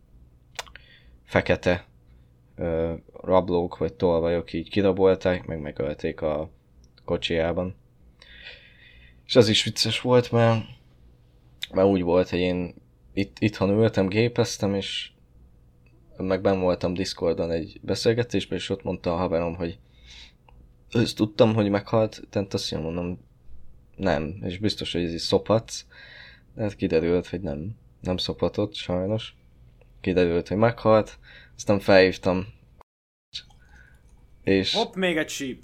Speaker 1: fekete rablók vagy tolvajok így kirabolták, meg megölték a kocsijában. És az is vicces volt, mert úgy volt, hogy én itthon ültem, gépeztem, és meg benn voltam Discordon egy beszélgetésben, és ott mondta a haverom, hogy ezt tudtam, hogy meghalt Tentacion, mondom, nem, és biztos, hogy ez is szopatsz, de hát kiderült, hogy nem szopatott, sajnos. Kiderült, hogy meghalt, aztán felhívtam, és...
Speaker 2: Hopp, még egy síp!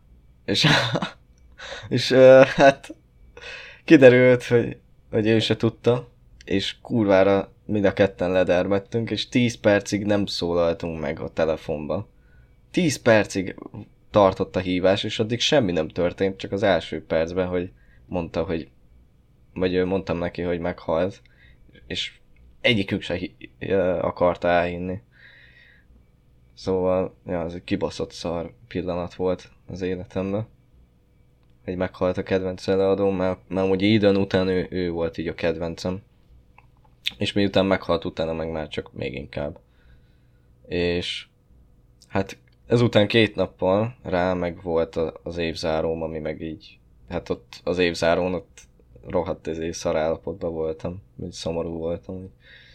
Speaker 1: És hát kiderült, hogy ő se tudta, és kurvára mind a ketten ledermettünk, és 10 percig nem szólaltunk meg a telefonba. 10 percig tartott a hívás, és addig semmi nem történt, csak az első percben, hogy mondta, hogy vagy mondtam neki, hogy meghalt, és egyikük se akarta elhinni. Szóval, ja, ez egy kibaszott szar pillanat volt az életemben. Hogy meghalt a kedvenc előadóm, mert ugye időn után ő volt így a kedvencem. És miután meghalt, utána meg már csak még inkább. És hát ezután 2 nappal rá meg volt az évzáróm, ami meg így, hát ott az évzárón ott rohadt szarállapotban voltam, úgy szomorú voltam,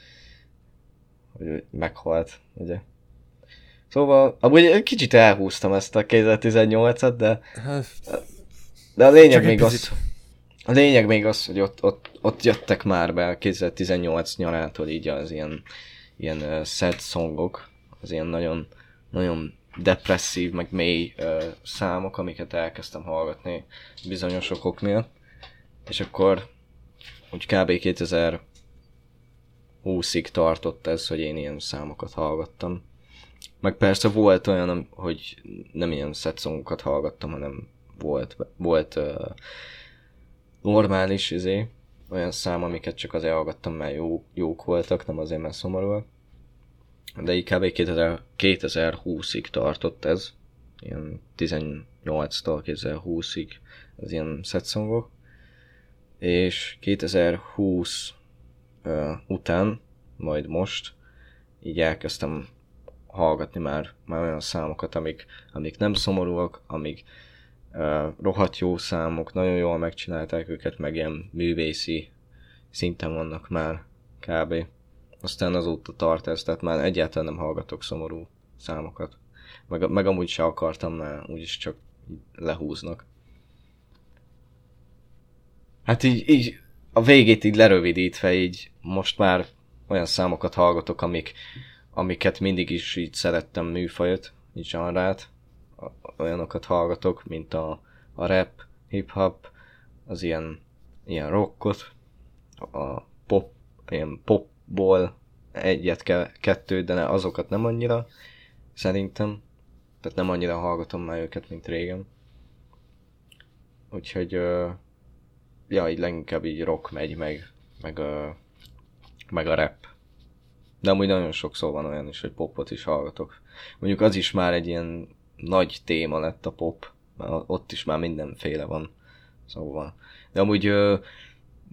Speaker 1: hogy meghalt, ugye. Szóval, amúgy kicsit elhúztam ezt a 2018-at, de a lényeg még az, hogy ott jöttek már be a 2018 nyarától így az ilyen sad songok, az ilyen nagyon, nagyon depresszív, meg mély számok, amiket elkezdtem hallgatni bizonyos okok miatt. És akkor úgy kb. 2020-ig tartott ez, hogy én ilyen számokat hallgattam. Meg persze volt olyan, hogy nem ilyen sad songokat hallgattam, hanem volt normális olyan szám, amiket csak azért hallgattam, mert jók voltak, nem azért, mert szomorúak. De így kb. 2020-ig tartott ez. Ilyen 18-tól 2020-ig az ilyen sad songok. És 2020 után, majd most, így elkezdtem hallgatni már olyan számokat, amik nem szomorúak, amik rohadt jó számok, nagyon jól megcsinálták őket, meg ilyen művészi szinten vannak már kb. Aztán azóta tart ez, tehát már egyáltalán nem hallgatok szomorú számokat. Meg amúgy se akartam, mert úgyis csak lehúznak. Hát így a végét így lerövidítve, így most már olyan számokat hallgatok, amiket mindig is így szerettem műfajot, így zsanrát. Olyanokat hallgatok, mint a rap, hip-hop, az ilyen rockot, a pop, ilyen popból egyet-kettőt, de azokat nem annyira, szerintem. Tehát nem annyira hallgatom már őket, mint régen. Úgyhogy, ja, így leginkább így rock megy, meg a rap. De amúgy nagyon sokszor van olyan is, hogy popot is hallgatok. Mondjuk az is már egy ilyen nagy téma lett a pop, mert ott is már mindenféle van. Szóval. De amúgy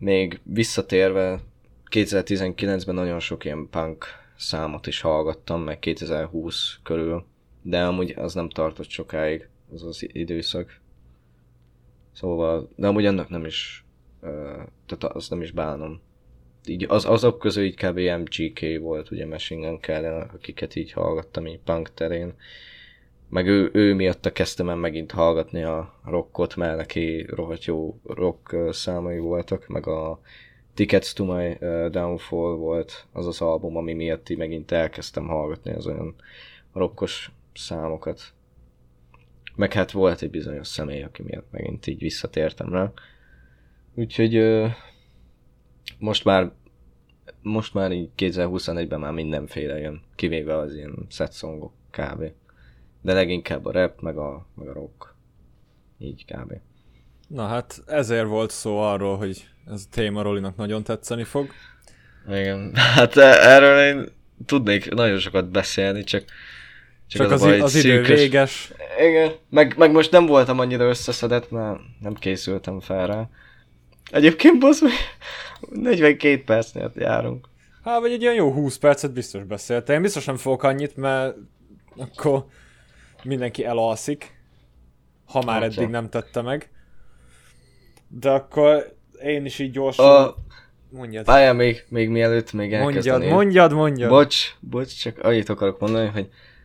Speaker 1: még visszatérve 2019-ben nagyon sok ilyen punk számot is hallgattam, meg 2020 körül, de amúgy az nem tartott sokáig, az időszak. Szóval, de amúgy annak nem is, tehát azt nem is bánom. Így azok közül így kb. MGK volt, ugye Machine Gun Kelly, akiket így hallgattam így punk terén. Meg ő miatta kezdtem el megint hallgatni a rockot, mert neki rohadt jó rock számai voltak, meg a Tickets to My Downfall volt az az album, ami miatt így megint elkezdtem hallgatni az olyan rockos számokat. Meg hát volt egy bizonyos személy, aki miatt megint így visszatértem rá. Úgyhogy most már így 2021-ben már mindenféle jön, kivéve az ilyen set songok kb. De leginkább a rap, meg a rock. Így kb.
Speaker 2: Na hát ezért volt szó arról, hogy ez a téma Rolinak nagyon tetszeni fog.
Speaker 1: Igen, hát erről én tudnék nagyon sokat beszélni, csak
Speaker 2: az idő véges.
Speaker 1: Igen, meg most nem voltam annyira összeszedett, mert nem készültem fel rá. Egyébként basz, 42 percnél járunk.
Speaker 2: Hát, vagy egy olyan jó 20 percet biztos beszéltél. Én biztos nem fogok annyit, mert akkor mindenki elalszik, ha már eddig nem tette meg. De akkor én is így gyorsan... Mondjad.
Speaker 1: Várjál még mielőtt még elkezdenél.
Speaker 2: Mondjad.
Speaker 1: Bocs, csak annyit akarok mondani, hogy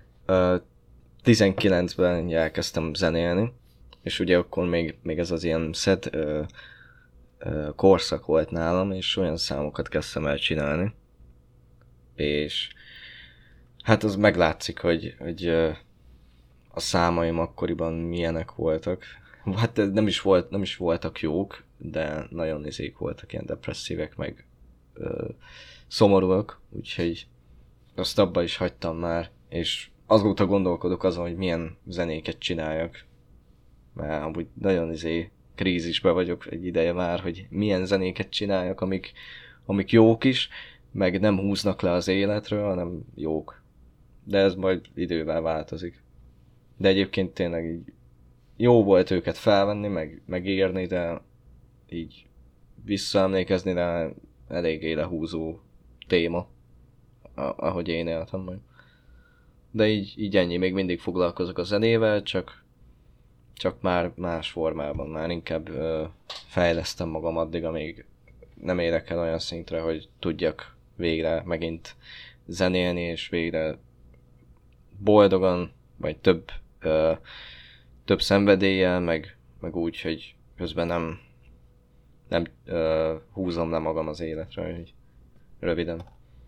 Speaker 1: 19-ben elkezdtem zenélni, és ugye akkor még ez az ilyen set korszak volt nálam, és olyan számokat kezdtem el csinálni. És hát az meglátszik, hogy a számaim akkoriban milyenek voltak. Hát nem is voltak jók, de nagyon izék voltak, ilyen depresszívek, meg szomorúak, úgyhogy azt abba is hagytam már, és azóta gondolkodok azon, hogy milyen zenéket csináljak. Mert amúgy nagyon krízisbe vagyok egy ideje már, hogy milyen zenéket csináljak, amik jók is, meg nem húznak le az életről, hanem jók. De ez majd idővel változik. De egyébként tényleg így jó volt őket felvenni, meg írni, de így visszaemlékezni rá eléggé lehúzó téma, ahogy én éltem majd. De így ennyi, még mindig foglalkozok a zenével, csak már más formában, már inkább fejlesztem magam addig, amíg nem érek el olyan szintre, hogy tudjak végre megint zenélni, és végre boldogan, vagy több szenvedéllyel, meg úgy, hogy közben nem húzom le magam az életre, hogy röviden.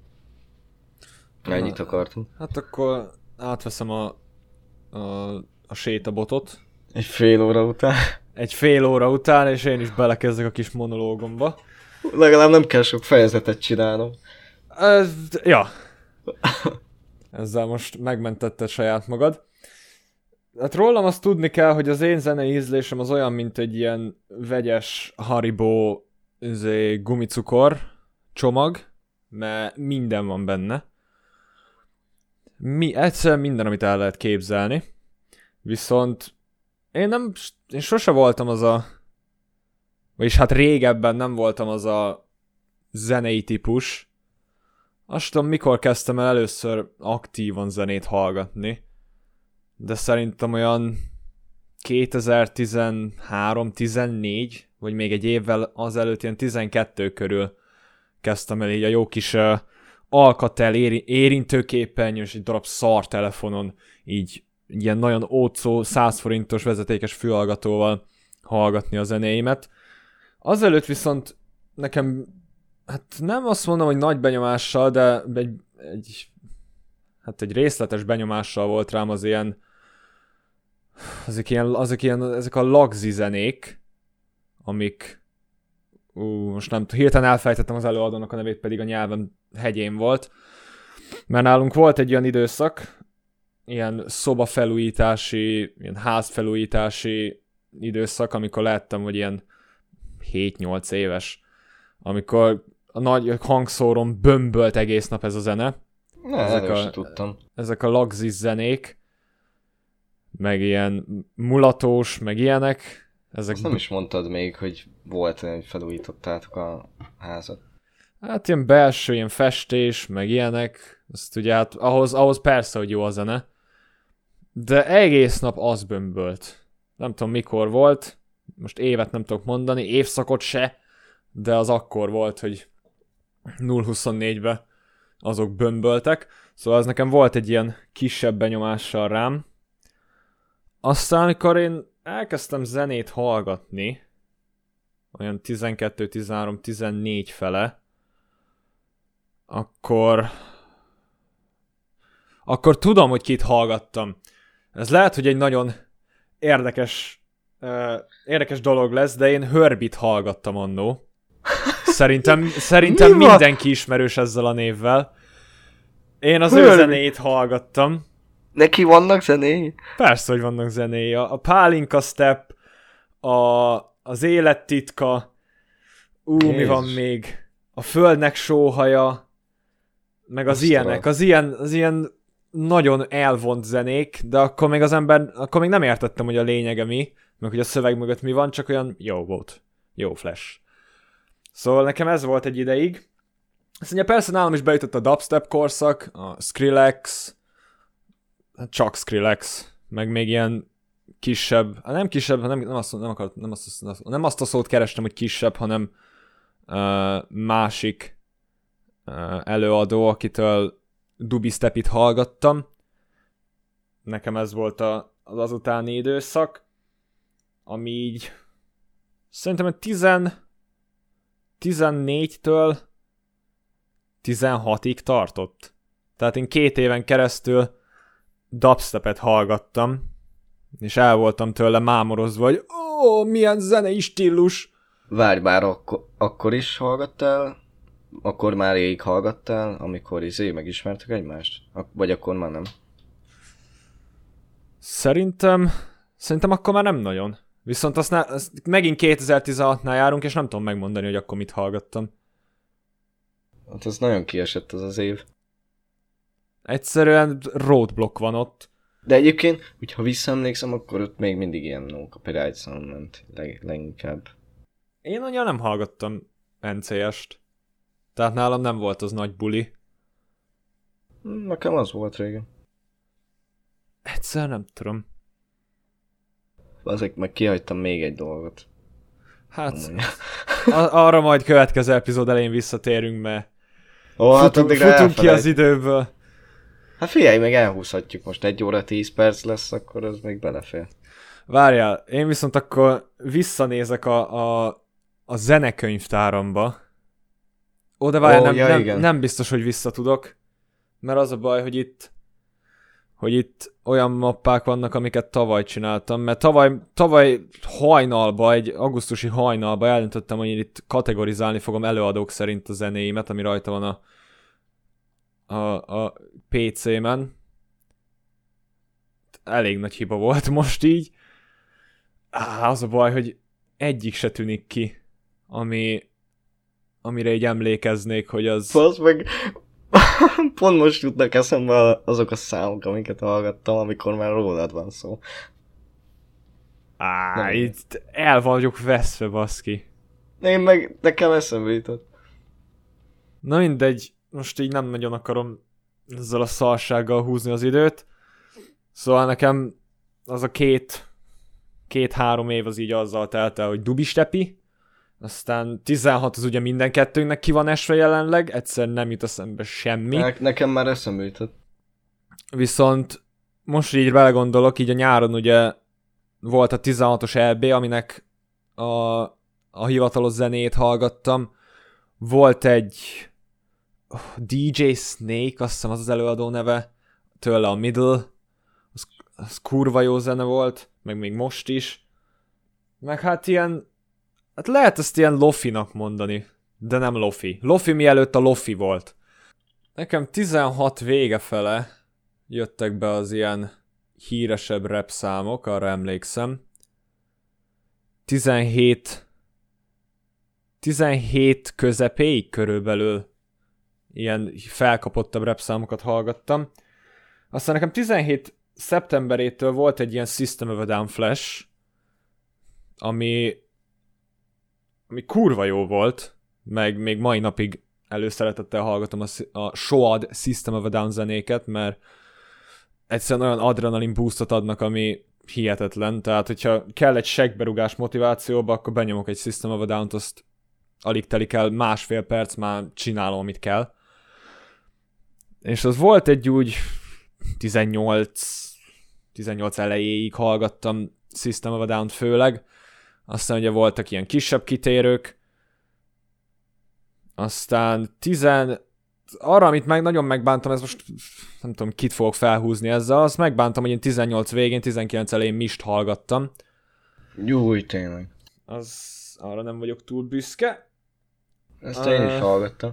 Speaker 1: Ennyit akartam.
Speaker 2: Hát akkor átveszem a sétabotot.
Speaker 1: Egy fél óra után,
Speaker 2: és én is belekezdek a kis monológomba.
Speaker 1: Legalább nem kell sok fejezetet csinálnom.
Speaker 2: Ja. Ezzel most megmentetted saját magad. Hát rólam azt tudni kell, hogy az én zenei ízlésem az olyan, mint egy ilyen vegyes Haribo gumicukor csomag, mert minden van benne. Egyszerűen minden, amit el lehet képzelni. Viszont én sose voltam vagyis hát régebben nem voltam az a zenei típus. Azt tudom, mikor kezdtem el először aktívan zenét hallgatni. De szerintem olyan 2013-14, vagy még egy évvel azelőtt, ilyen 12 körül kezdtem el így a jó kis Alcatel érintőképernyős, egy darab szar telefonon, így ilyen nagyon ócó 100 forintos vezetékes fülhallgatóval hallgatni a zenéimet. Azelőtt viszont nekem, hát nem azt mondom, hogy nagy benyomással, de egy részletes benyomással volt rám ezek a lagzi zenék, amik most nem hirtelen elfejtettem az előadónak a nevét, pedig a nyelvem hegyén volt, mert nálunk volt egy olyan időszak, ilyen szobafelújítási, ilyen házfelújítási időszak, amikor lehettem, hogy ilyen 7-8 éves, amikor a nagy hangszórón bömbölt egész nap ez a zene.
Speaker 1: Tudtam.
Speaker 2: Ezek a lagzis zenék, meg ilyen mulatós, meg ilyenek,
Speaker 1: Azt nem is mondtad még, hogy volt, hogy felújítottátok a házat.
Speaker 2: Hát ilyen belső, ilyen festés, meg ilyenek. Azt ugye hát ahhoz persze, hogy jó a zene. De egész nap az bömbölt. Nem tudom mikor volt. Most évet nem tudok mondani, évszakot se. De az akkor volt, hogy 0-24-ben azok bömböltek. Szóval ez nekem volt egy ilyen kisebb benyomással rám. Aztán, amikor én elkezdtem zenét hallgatni, olyan 12, 13, 14 fele, akkor tudom, hogy kit hallgattam. Ez lehet, hogy egy nagyon érdekes dolog lesz, de én Herbie-t hallgattam annó. Szerintem mindenki ismerős ezzel a névvel. Én az ő zenéjét hallgattam.
Speaker 1: Neki vannak zenéi?
Speaker 2: Persze, hogy vannak zenéi. A Pálinka Step, az Élet titka, mi van még? A Földnek sóhaja, meg az ilyenek. Az ilyen nagyon elvont zenék, de akkor még nem értettem, hogy a lényege mi, meg hogy a szöveg mögött mi van, csak olyan jó volt. Jó flash. Szóval nekem ez volt egy ideig. Azt mondja, persze nálam is bejutott a dubstep korszak, a Skrillex, csak Skrillex, meg még ilyen kisebb, nem kisebb, nem azt a szót kerestem, hogy kisebb, hanem másik előadó, akitől dubstepit hallgattam. Nekem ez volt az azutáni időszak, ami így szerintem 14-től 16-ig tartott. Tehát én 2 éven keresztül dubstepet hallgattam, és el voltam tőle mámorozva, hogy milyen zenei stílus.
Speaker 1: Várj bár, akkor is hallgattál? Akkor már rég hallgattál, amikor megismertek egymást? Vagy akkor már nem?
Speaker 2: Szerintem akkor már nem nagyon. Viszont azt megint 2016-nál járunk, és nem tudom megmondani, hogy akkor mit hallgattam.
Speaker 1: Hát az nagyon kiesett az év.
Speaker 2: Egyszerűen roadblock van ott.
Speaker 1: De egyébként, hogyha visszaemlékszem, akkor ott még mindig ilyen no copyright sound ment leginkább.
Speaker 2: Én annyira nem hallgattam NCS-t. Tehát nálam nem volt az nagy buli.
Speaker 1: Nekem az volt régen.
Speaker 2: Egyszer nem tudom.
Speaker 1: Azért meg kihagytam még egy dolgot.
Speaker 2: Hát, arra majd következő epizód elején visszatérünk, mert futunk ki az időből.
Speaker 1: Hát figyelj, meg elhúzhatjuk most 1 óra 10 perc lesz, akkor az még belefér.
Speaker 2: Várjál, én viszont akkor visszanézek a zenekönyvtáramba. De várjál, nem biztos, hogy visszatudok, mert az a baj, hogy itt olyan mappák vannak, amiket tavaly csináltam, mert tavaly hajnalba, egy augusztusi hajnalba eldöntöttem, hogy én itt kategorizálni fogom előadók szerint a zenéimet, ami rajta van a PC-men. Elég nagy hiba volt most így. Az a baj, hogy egyik se tűnik ki, amire így emlékeznék, hogy az...
Speaker 1: Fasz meg... Pont most jutnak eszembe azok a számok, amiket hallgattam, amikor már rólad van szó.
Speaker 2: Itt el vagyok veszve, baszki.
Speaker 1: Én meg nekem eszembe jutott.
Speaker 2: Na mindegy, most így nem nagyon akarom ezzel a szarsággal húzni az időt. Szóval nekem az a 2-3 év az így azzal telt el, hogy dubistepi. Aztán 16 az ugye minden kettőnknek ki van esve jelenleg, egyszer nem jut eszembe semmi. Nekem már eszembe jutott. Viszont most így belegondolok, így a nyáron ugye volt a 16-os EB, aminek a hivatalos zenét hallgattam. Volt egy DJ Snake, azt hiszem az előadó neve, tőle a Middle, az kurva jó zene volt, meg még most is. Meg hát lehet ezt ilyen lofinak mondani, de nem lofi. Lofi mielőtt a lofi volt. Nekem 16 vége fele jöttek be az ilyen híresebb rap számok, arra emlékszem. 17 közepéig körülbelül ilyen felkapottabb rap számokat hallgattam. Aztán nekem 17 szeptemberétől volt egy ilyen System of a Down flash, ami kurva jó volt, meg még mai napig előszeretettel hallgatom a SOAD System of a Down zenéket, mert egyszerűen olyan adrenalin boostot adnak, ami hihetetlen, tehát hogyha kell egy seggberugás motivációba, akkor benyomok egy System of a Down-t, azt alig telik el 1,5 perc, már csinálom, amit kell. És az volt egy úgy 18 elejéig hallgattam System of a Down főleg, aztán ugye voltak ilyen kisebb kitérők, aztán arra, amit nagyon megbántam, ez most nem tudom, kit fogok felhúzni ezzel, azt megbántam, hogy én 18 végén, 19 elején Mist hallgattam.
Speaker 1: Júj, tényleg.
Speaker 2: Arra nem vagyok túl büszke.
Speaker 1: Ezt én is hallgattam.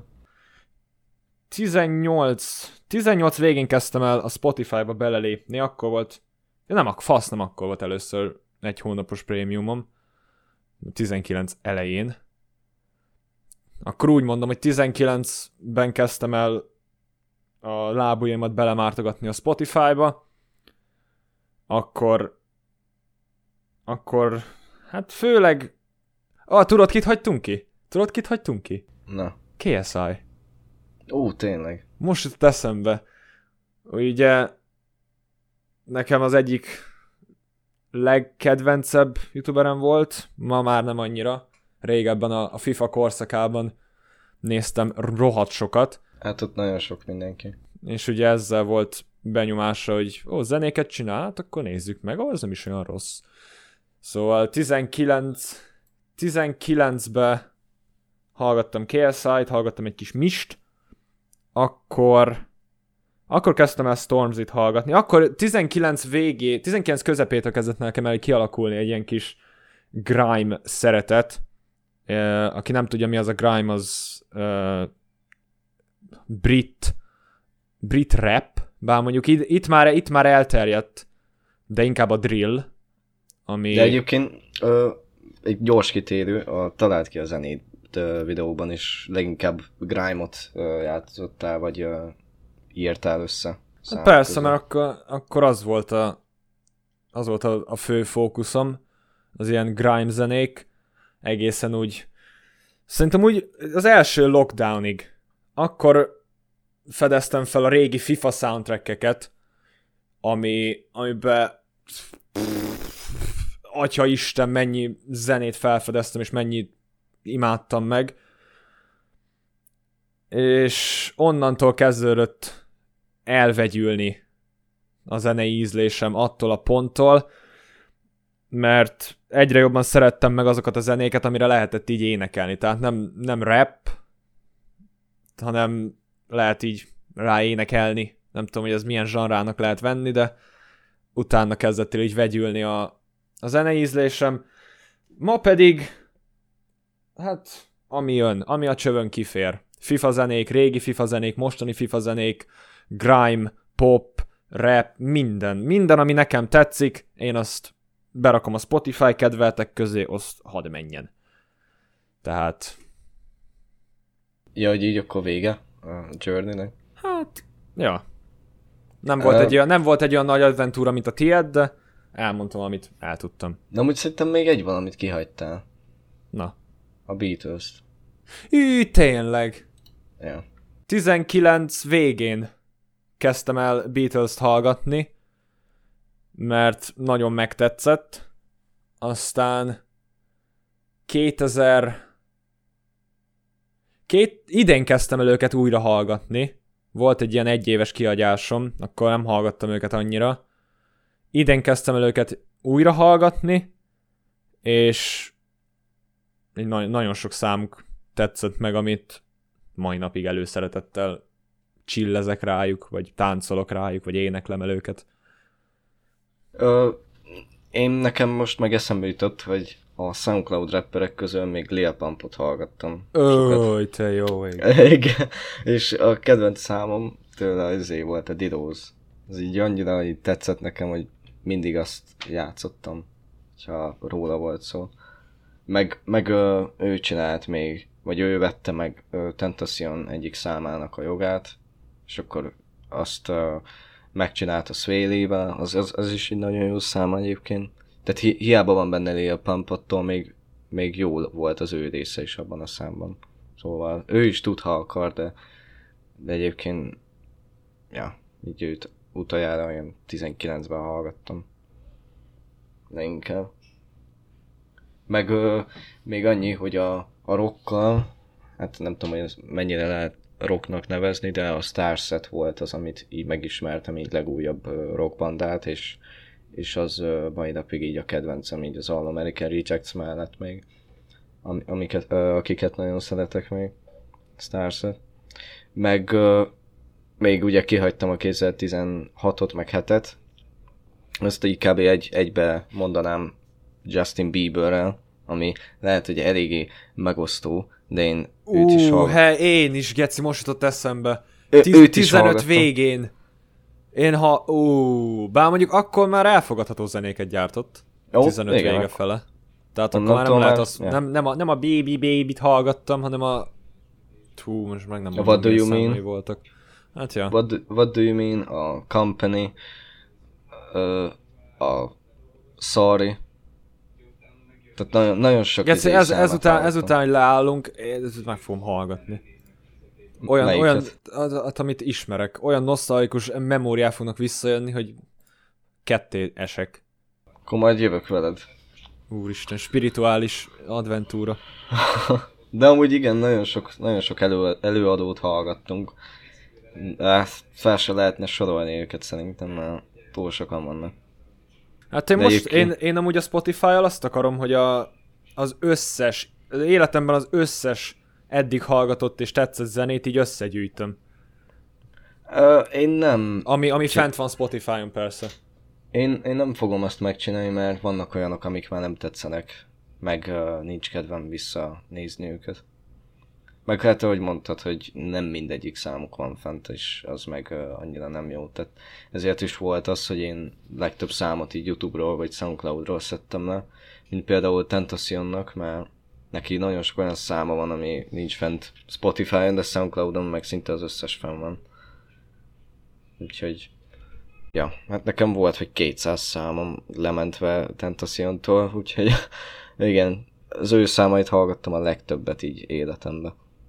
Speaker 2: 18 végén kezdtem el a Spotify-ba belelépni, akkor volt, nem akkor volt először egy hónapos prémiumom, 19 elején. Akkor úgy mondom, hogy 19-ben kezdtem el a lábujjaimat belemártogatni a Spotify-ba, akkor hát főleg... Tudod, kit hagytunk ki?
Speaker 1: Na.
Speaker 2: KSI.
Speaker 1: Ó, tényleg.
Speaker 2: Most jutott eszembe. Ugye nekem az egyik legkedvencebb youtuberem volt, ma már nem annyira. Régebben a FIFA korszakában néztem rohadt sokat.
Speaker 1: Hát ott nagyon sok mindenki.
Speaker 2: És ugye ezzel volt benyomása, hogy zenéket csinált, akkor nézzük meg, ez nem is olyan rossz. Szóval 19-ben hallgattam KSI-t, hallgattam egy kis Mist, akkor kezdtem el Stormzy-t hallgatni. Akkor 19 közepétől kezdett nekem el kialakulni egy ilyen kis grime szeretet. Aki nem tudja, mi az a grime, az brit rap, bár mondjuk itt már elterjedt, de inkább a drill, ami...
Speaker 1: De egyébként egy gyors kitérő, talált ki a zenét videóban is, leginkább grime-ot játszottál, vagy írtál össze.
Speaker 2: Hát persze, mert akkor az volt a fő fókuszom, az ilyen grime zenék, egészen úgy, szerintem úgy az első lockdownig. Akkor fedeztem fel a régi FIFA soundtrackeket, amiben atyaisten mennyi zenét felfedeztem, és mennyit imádtam meg. És onnantól kezdődött elvegyülni a zenei ízlésem attól a ponttól, mert egyre jobban szerettem meg azokat a zenéket, amire lehetett így énekelni. Tehát nem rap, hanem lehet így ráénekelni. Nem tudom, hogy ez milyen zsanrának lehet venni, de utána kezdett el így vegyülni a zenei ízlésem. Ma pedig, hát, ami jön, ami a csövön kifér. FIFA zenék, régi FIFA zenék, mostani FIFA zenék, grime, pop, rap, minden, ami nekem tetszik, én azt berakom a Spotify kedveltek közé, azt hadd menjen. Tehát...
Speaker 1: Ja, hogy így akkor vége a Journey-nek?
Speaker 2: Hát, ja. Nem volt egy olyan nagy adventúra, mint a tiéd, de elmondtam, amit el tudtam.
Speaker 1: De amúgy szerintem még egy valamit kihagytál.
Speaker 2: Na.
Speaker 1: A Beatles-t.
Speaker 2: Tényleg.
Speaker 1: Ja.
Speaker 2: 19 végén kezdtem el Beatles-t hallgatni, mert nagyon megtetszett. Aztán idén kezdtem el őket újra hallgatni. Volt egy ilyen egyéves kiagyásom, akkor nem hallgattam őket annyira. Idén kezdtem el őket újra hallgatni, és nagyon sok számuk tetszett meg, amit mai napig előszeretettel chillezek rájuk, vagy táncolok rájuk, vagy éneklem el őket.
Speaker 1: Nekem most meg eszembe jutott, hogy a SoundCloud rapperek közül még Lil Pumpot hallgattam.
Speaker 2: Ó, te jó ég.
Speaker 1: Igen. És a kedvenc számom tőle azért volt a Didoz. Ez így annyira hogy tetszett nekem, hogy mindig azt játszottam, ha róla volt szó. Meg ő csinált még, vagy ő vette meg Tentacion egyik számának a jogát, és akkor azt megcsinálta Swaley-vel, az is egy nagyon jó szám egyébként. Tehát hiába van benne Lil Pump, attól még jó volt az ő része is abban a számban. Szóval ő is tud, ha akar, de egyébként, ja, így őt utoljára olyan 19-ben hallgattam. De inkább. Meg még annyi, hogy a rockkal, hát nem tudom, hogy ez mennyire lehet rocknak nevezni, de a Starset volt az, amit így megismertem, így legújabb rockbandát, és az mai napig így a kedvencem, így az All American Rejects mellett még, akiket nagyon szeretek még, Starset. Meg még ugye kihagytam a 2016-ot, meg 7-et, ezt így kb. Egybe mondanám Justin Bieberrel, ami lehet, hogy eléggé megosztó, de én őt is hallgatom.
Speaker 2: Én is, geci, most jutott eszembe.
Speaker 1: Őt is
Speaker 2: 15
Speaker 1: hallgattam.
Speaker 2: végén. Bár mondjuk akkor már elfogadható zenéket gyártott. 15
Speaker 1: igen,
Speaker 2: vége fele. Tehát akkor
Speaker 1: Onnantól
Speaker 2: már nem lehet
Speaker 1: már-
Speaker 2: azt,
Speaker 1: ja.
Speaker 2: nem a Baby-t hallgattam, hanem a... most meg nem
Speaker 1: What
Speaker 2: mondom,
Speaker 1: Do
Speaker 2: milyen
Speaker 1: You Mean?
Speaker 2: számai voltak. Hát ja.
Speaker 1: What Do You Mean? A Company, a Sorry. Tehát nagyon sok
Speaker 2: Geci,
Speaker 1: számot hallgattam.
Speaker 2: ezután, hogy leállunk, ezt meg fogom hallgatni. Olyan,
Speaker 1: Melyiket?
Speaker 2: amit ismerek. Olyan nosztalgikus memóriák fognak visszajönni, hogy ketté esek.
Speaker 1: Akkor majd jövök veled.
Speaker 2: Úristen, spirituális adventúra.
Speaker 1: De amúgy igen, nagyon sok előadót hallgattunk. Fel se lehetne sorolni őket szerintem, mert túl sokan vannak.
Speaker 2: Hát én
Speaker 1: De
Speaker 2: most,
Speaker 1: egyébként-
Speaker 2: én amúgy a Spotify-al azt akarom, hogy az életemben az összes eddig hallgatott és tetszett zenét így összegyűjtöm.
Speaker 1: Én nem...
Speaker 2: Ami fent van Spotify-on persze.
Speaker 1: Én nem fogom azt megcsinálni, mert vannak olyanok, amik már nem tetszenek, meg nincs kedvem visszanézni őket. Meg hát, ahogy mondtad, hogy nem mindegyik számuk van fent, és az meg annyira nem jó. Tehát ezért is volt az, hogy én legtöbb számot így YouTube-ról vagy Soundcloud-ról szedtem le, mint például Tentacionnak, mert neki nagyon sok olyan száma van, ami nincs fent Spotify-on, de Soundcloud-on meg szinte az összes fenn van. Úgyhogy... Ja, hát nekem volt, hogy 200 számom lementve Tentaciontól, úgyhogy igen, az ő számait hallgattam a legtöbbet így életemben.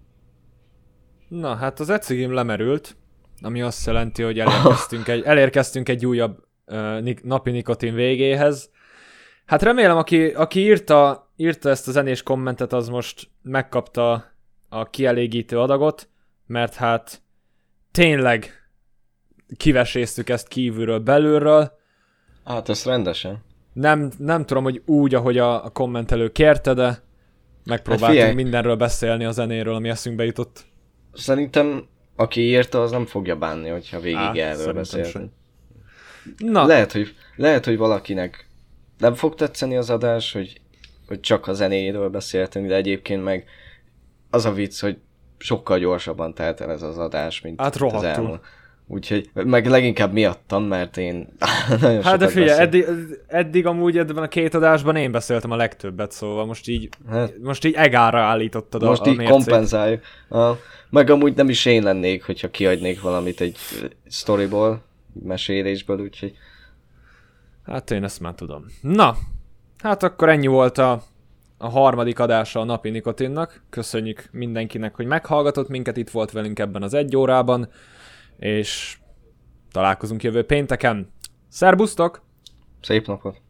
Speaker 2: Na, hát az ecigim lemerült, ami azt jelenti, hogy elérkeztünk egy újabb napi nikotin végéhez. Hát remélem, aki írta ezt a zenés kommentet, az most megkapta a kielégítő adagot, mert hát tényleg kiveséztük ezt kívülről, belülről.
Speaker 1: Hát ez rendesen.
Speaker 2: Nem tudom, hogy úgy, ahogy a kommentelő kérte, de megpróbáltunk
Speaker 1: figyelj.
Speaker 2: mindenről beszélni a zenéről, ami eszünkbe jutott.
Speaker 1: Szerintem, aki írta, az nem fogja bánni, hogyha végig erről
Speaker 2: szerintem
Speaker 1: beszéltünk.
Speaker 2: Na,
Speaker 1: Lehet, hogy valakinek nem fog tetszeni az adás, hogy csak a zenéről beszéltünk, de egyébként meg az a vicc, hogy sokkal gyorsabban telt el ez az adás, mint
Speaker 2: Hát
Speaker 1: az
Speaker 2: rohadtul.
Speaker 1: elmúlt. Úgyhogy, meg leginkább miattam, mert én nagyon
Speaker 2: hát de
Speaker 1: sokat
Speaker 2: figyelj,
Speaker 1: beszéltem.
Speaker 2: eddig amúgy ebben a 2 adásban én beszéltem a legtöbbet, szóval
Speaker 1: Hát,
Speaker 2: most így egárra állítottad
Speaker 1: most
Speaker 2: a
Speaker 1: így
Speaker 2: mércét.
Speaker 1: kompenzáljuk. Meg amúgy nem is én lennék, hogyha kiadnék valamit egy storyból, mesélésből, úgyhogy
Speaker 2: Hát én ezt már tudom. Na, hát akkor ennyi volt a harmadik adása a napi nikotinnak. Köszönjük mindenkinek, hogy meghallgatott minket, itt volt velünk ebben az 1 órában, és találkozunk jövő pénteken. Szerbusztok!
Speaker 1: szép napot!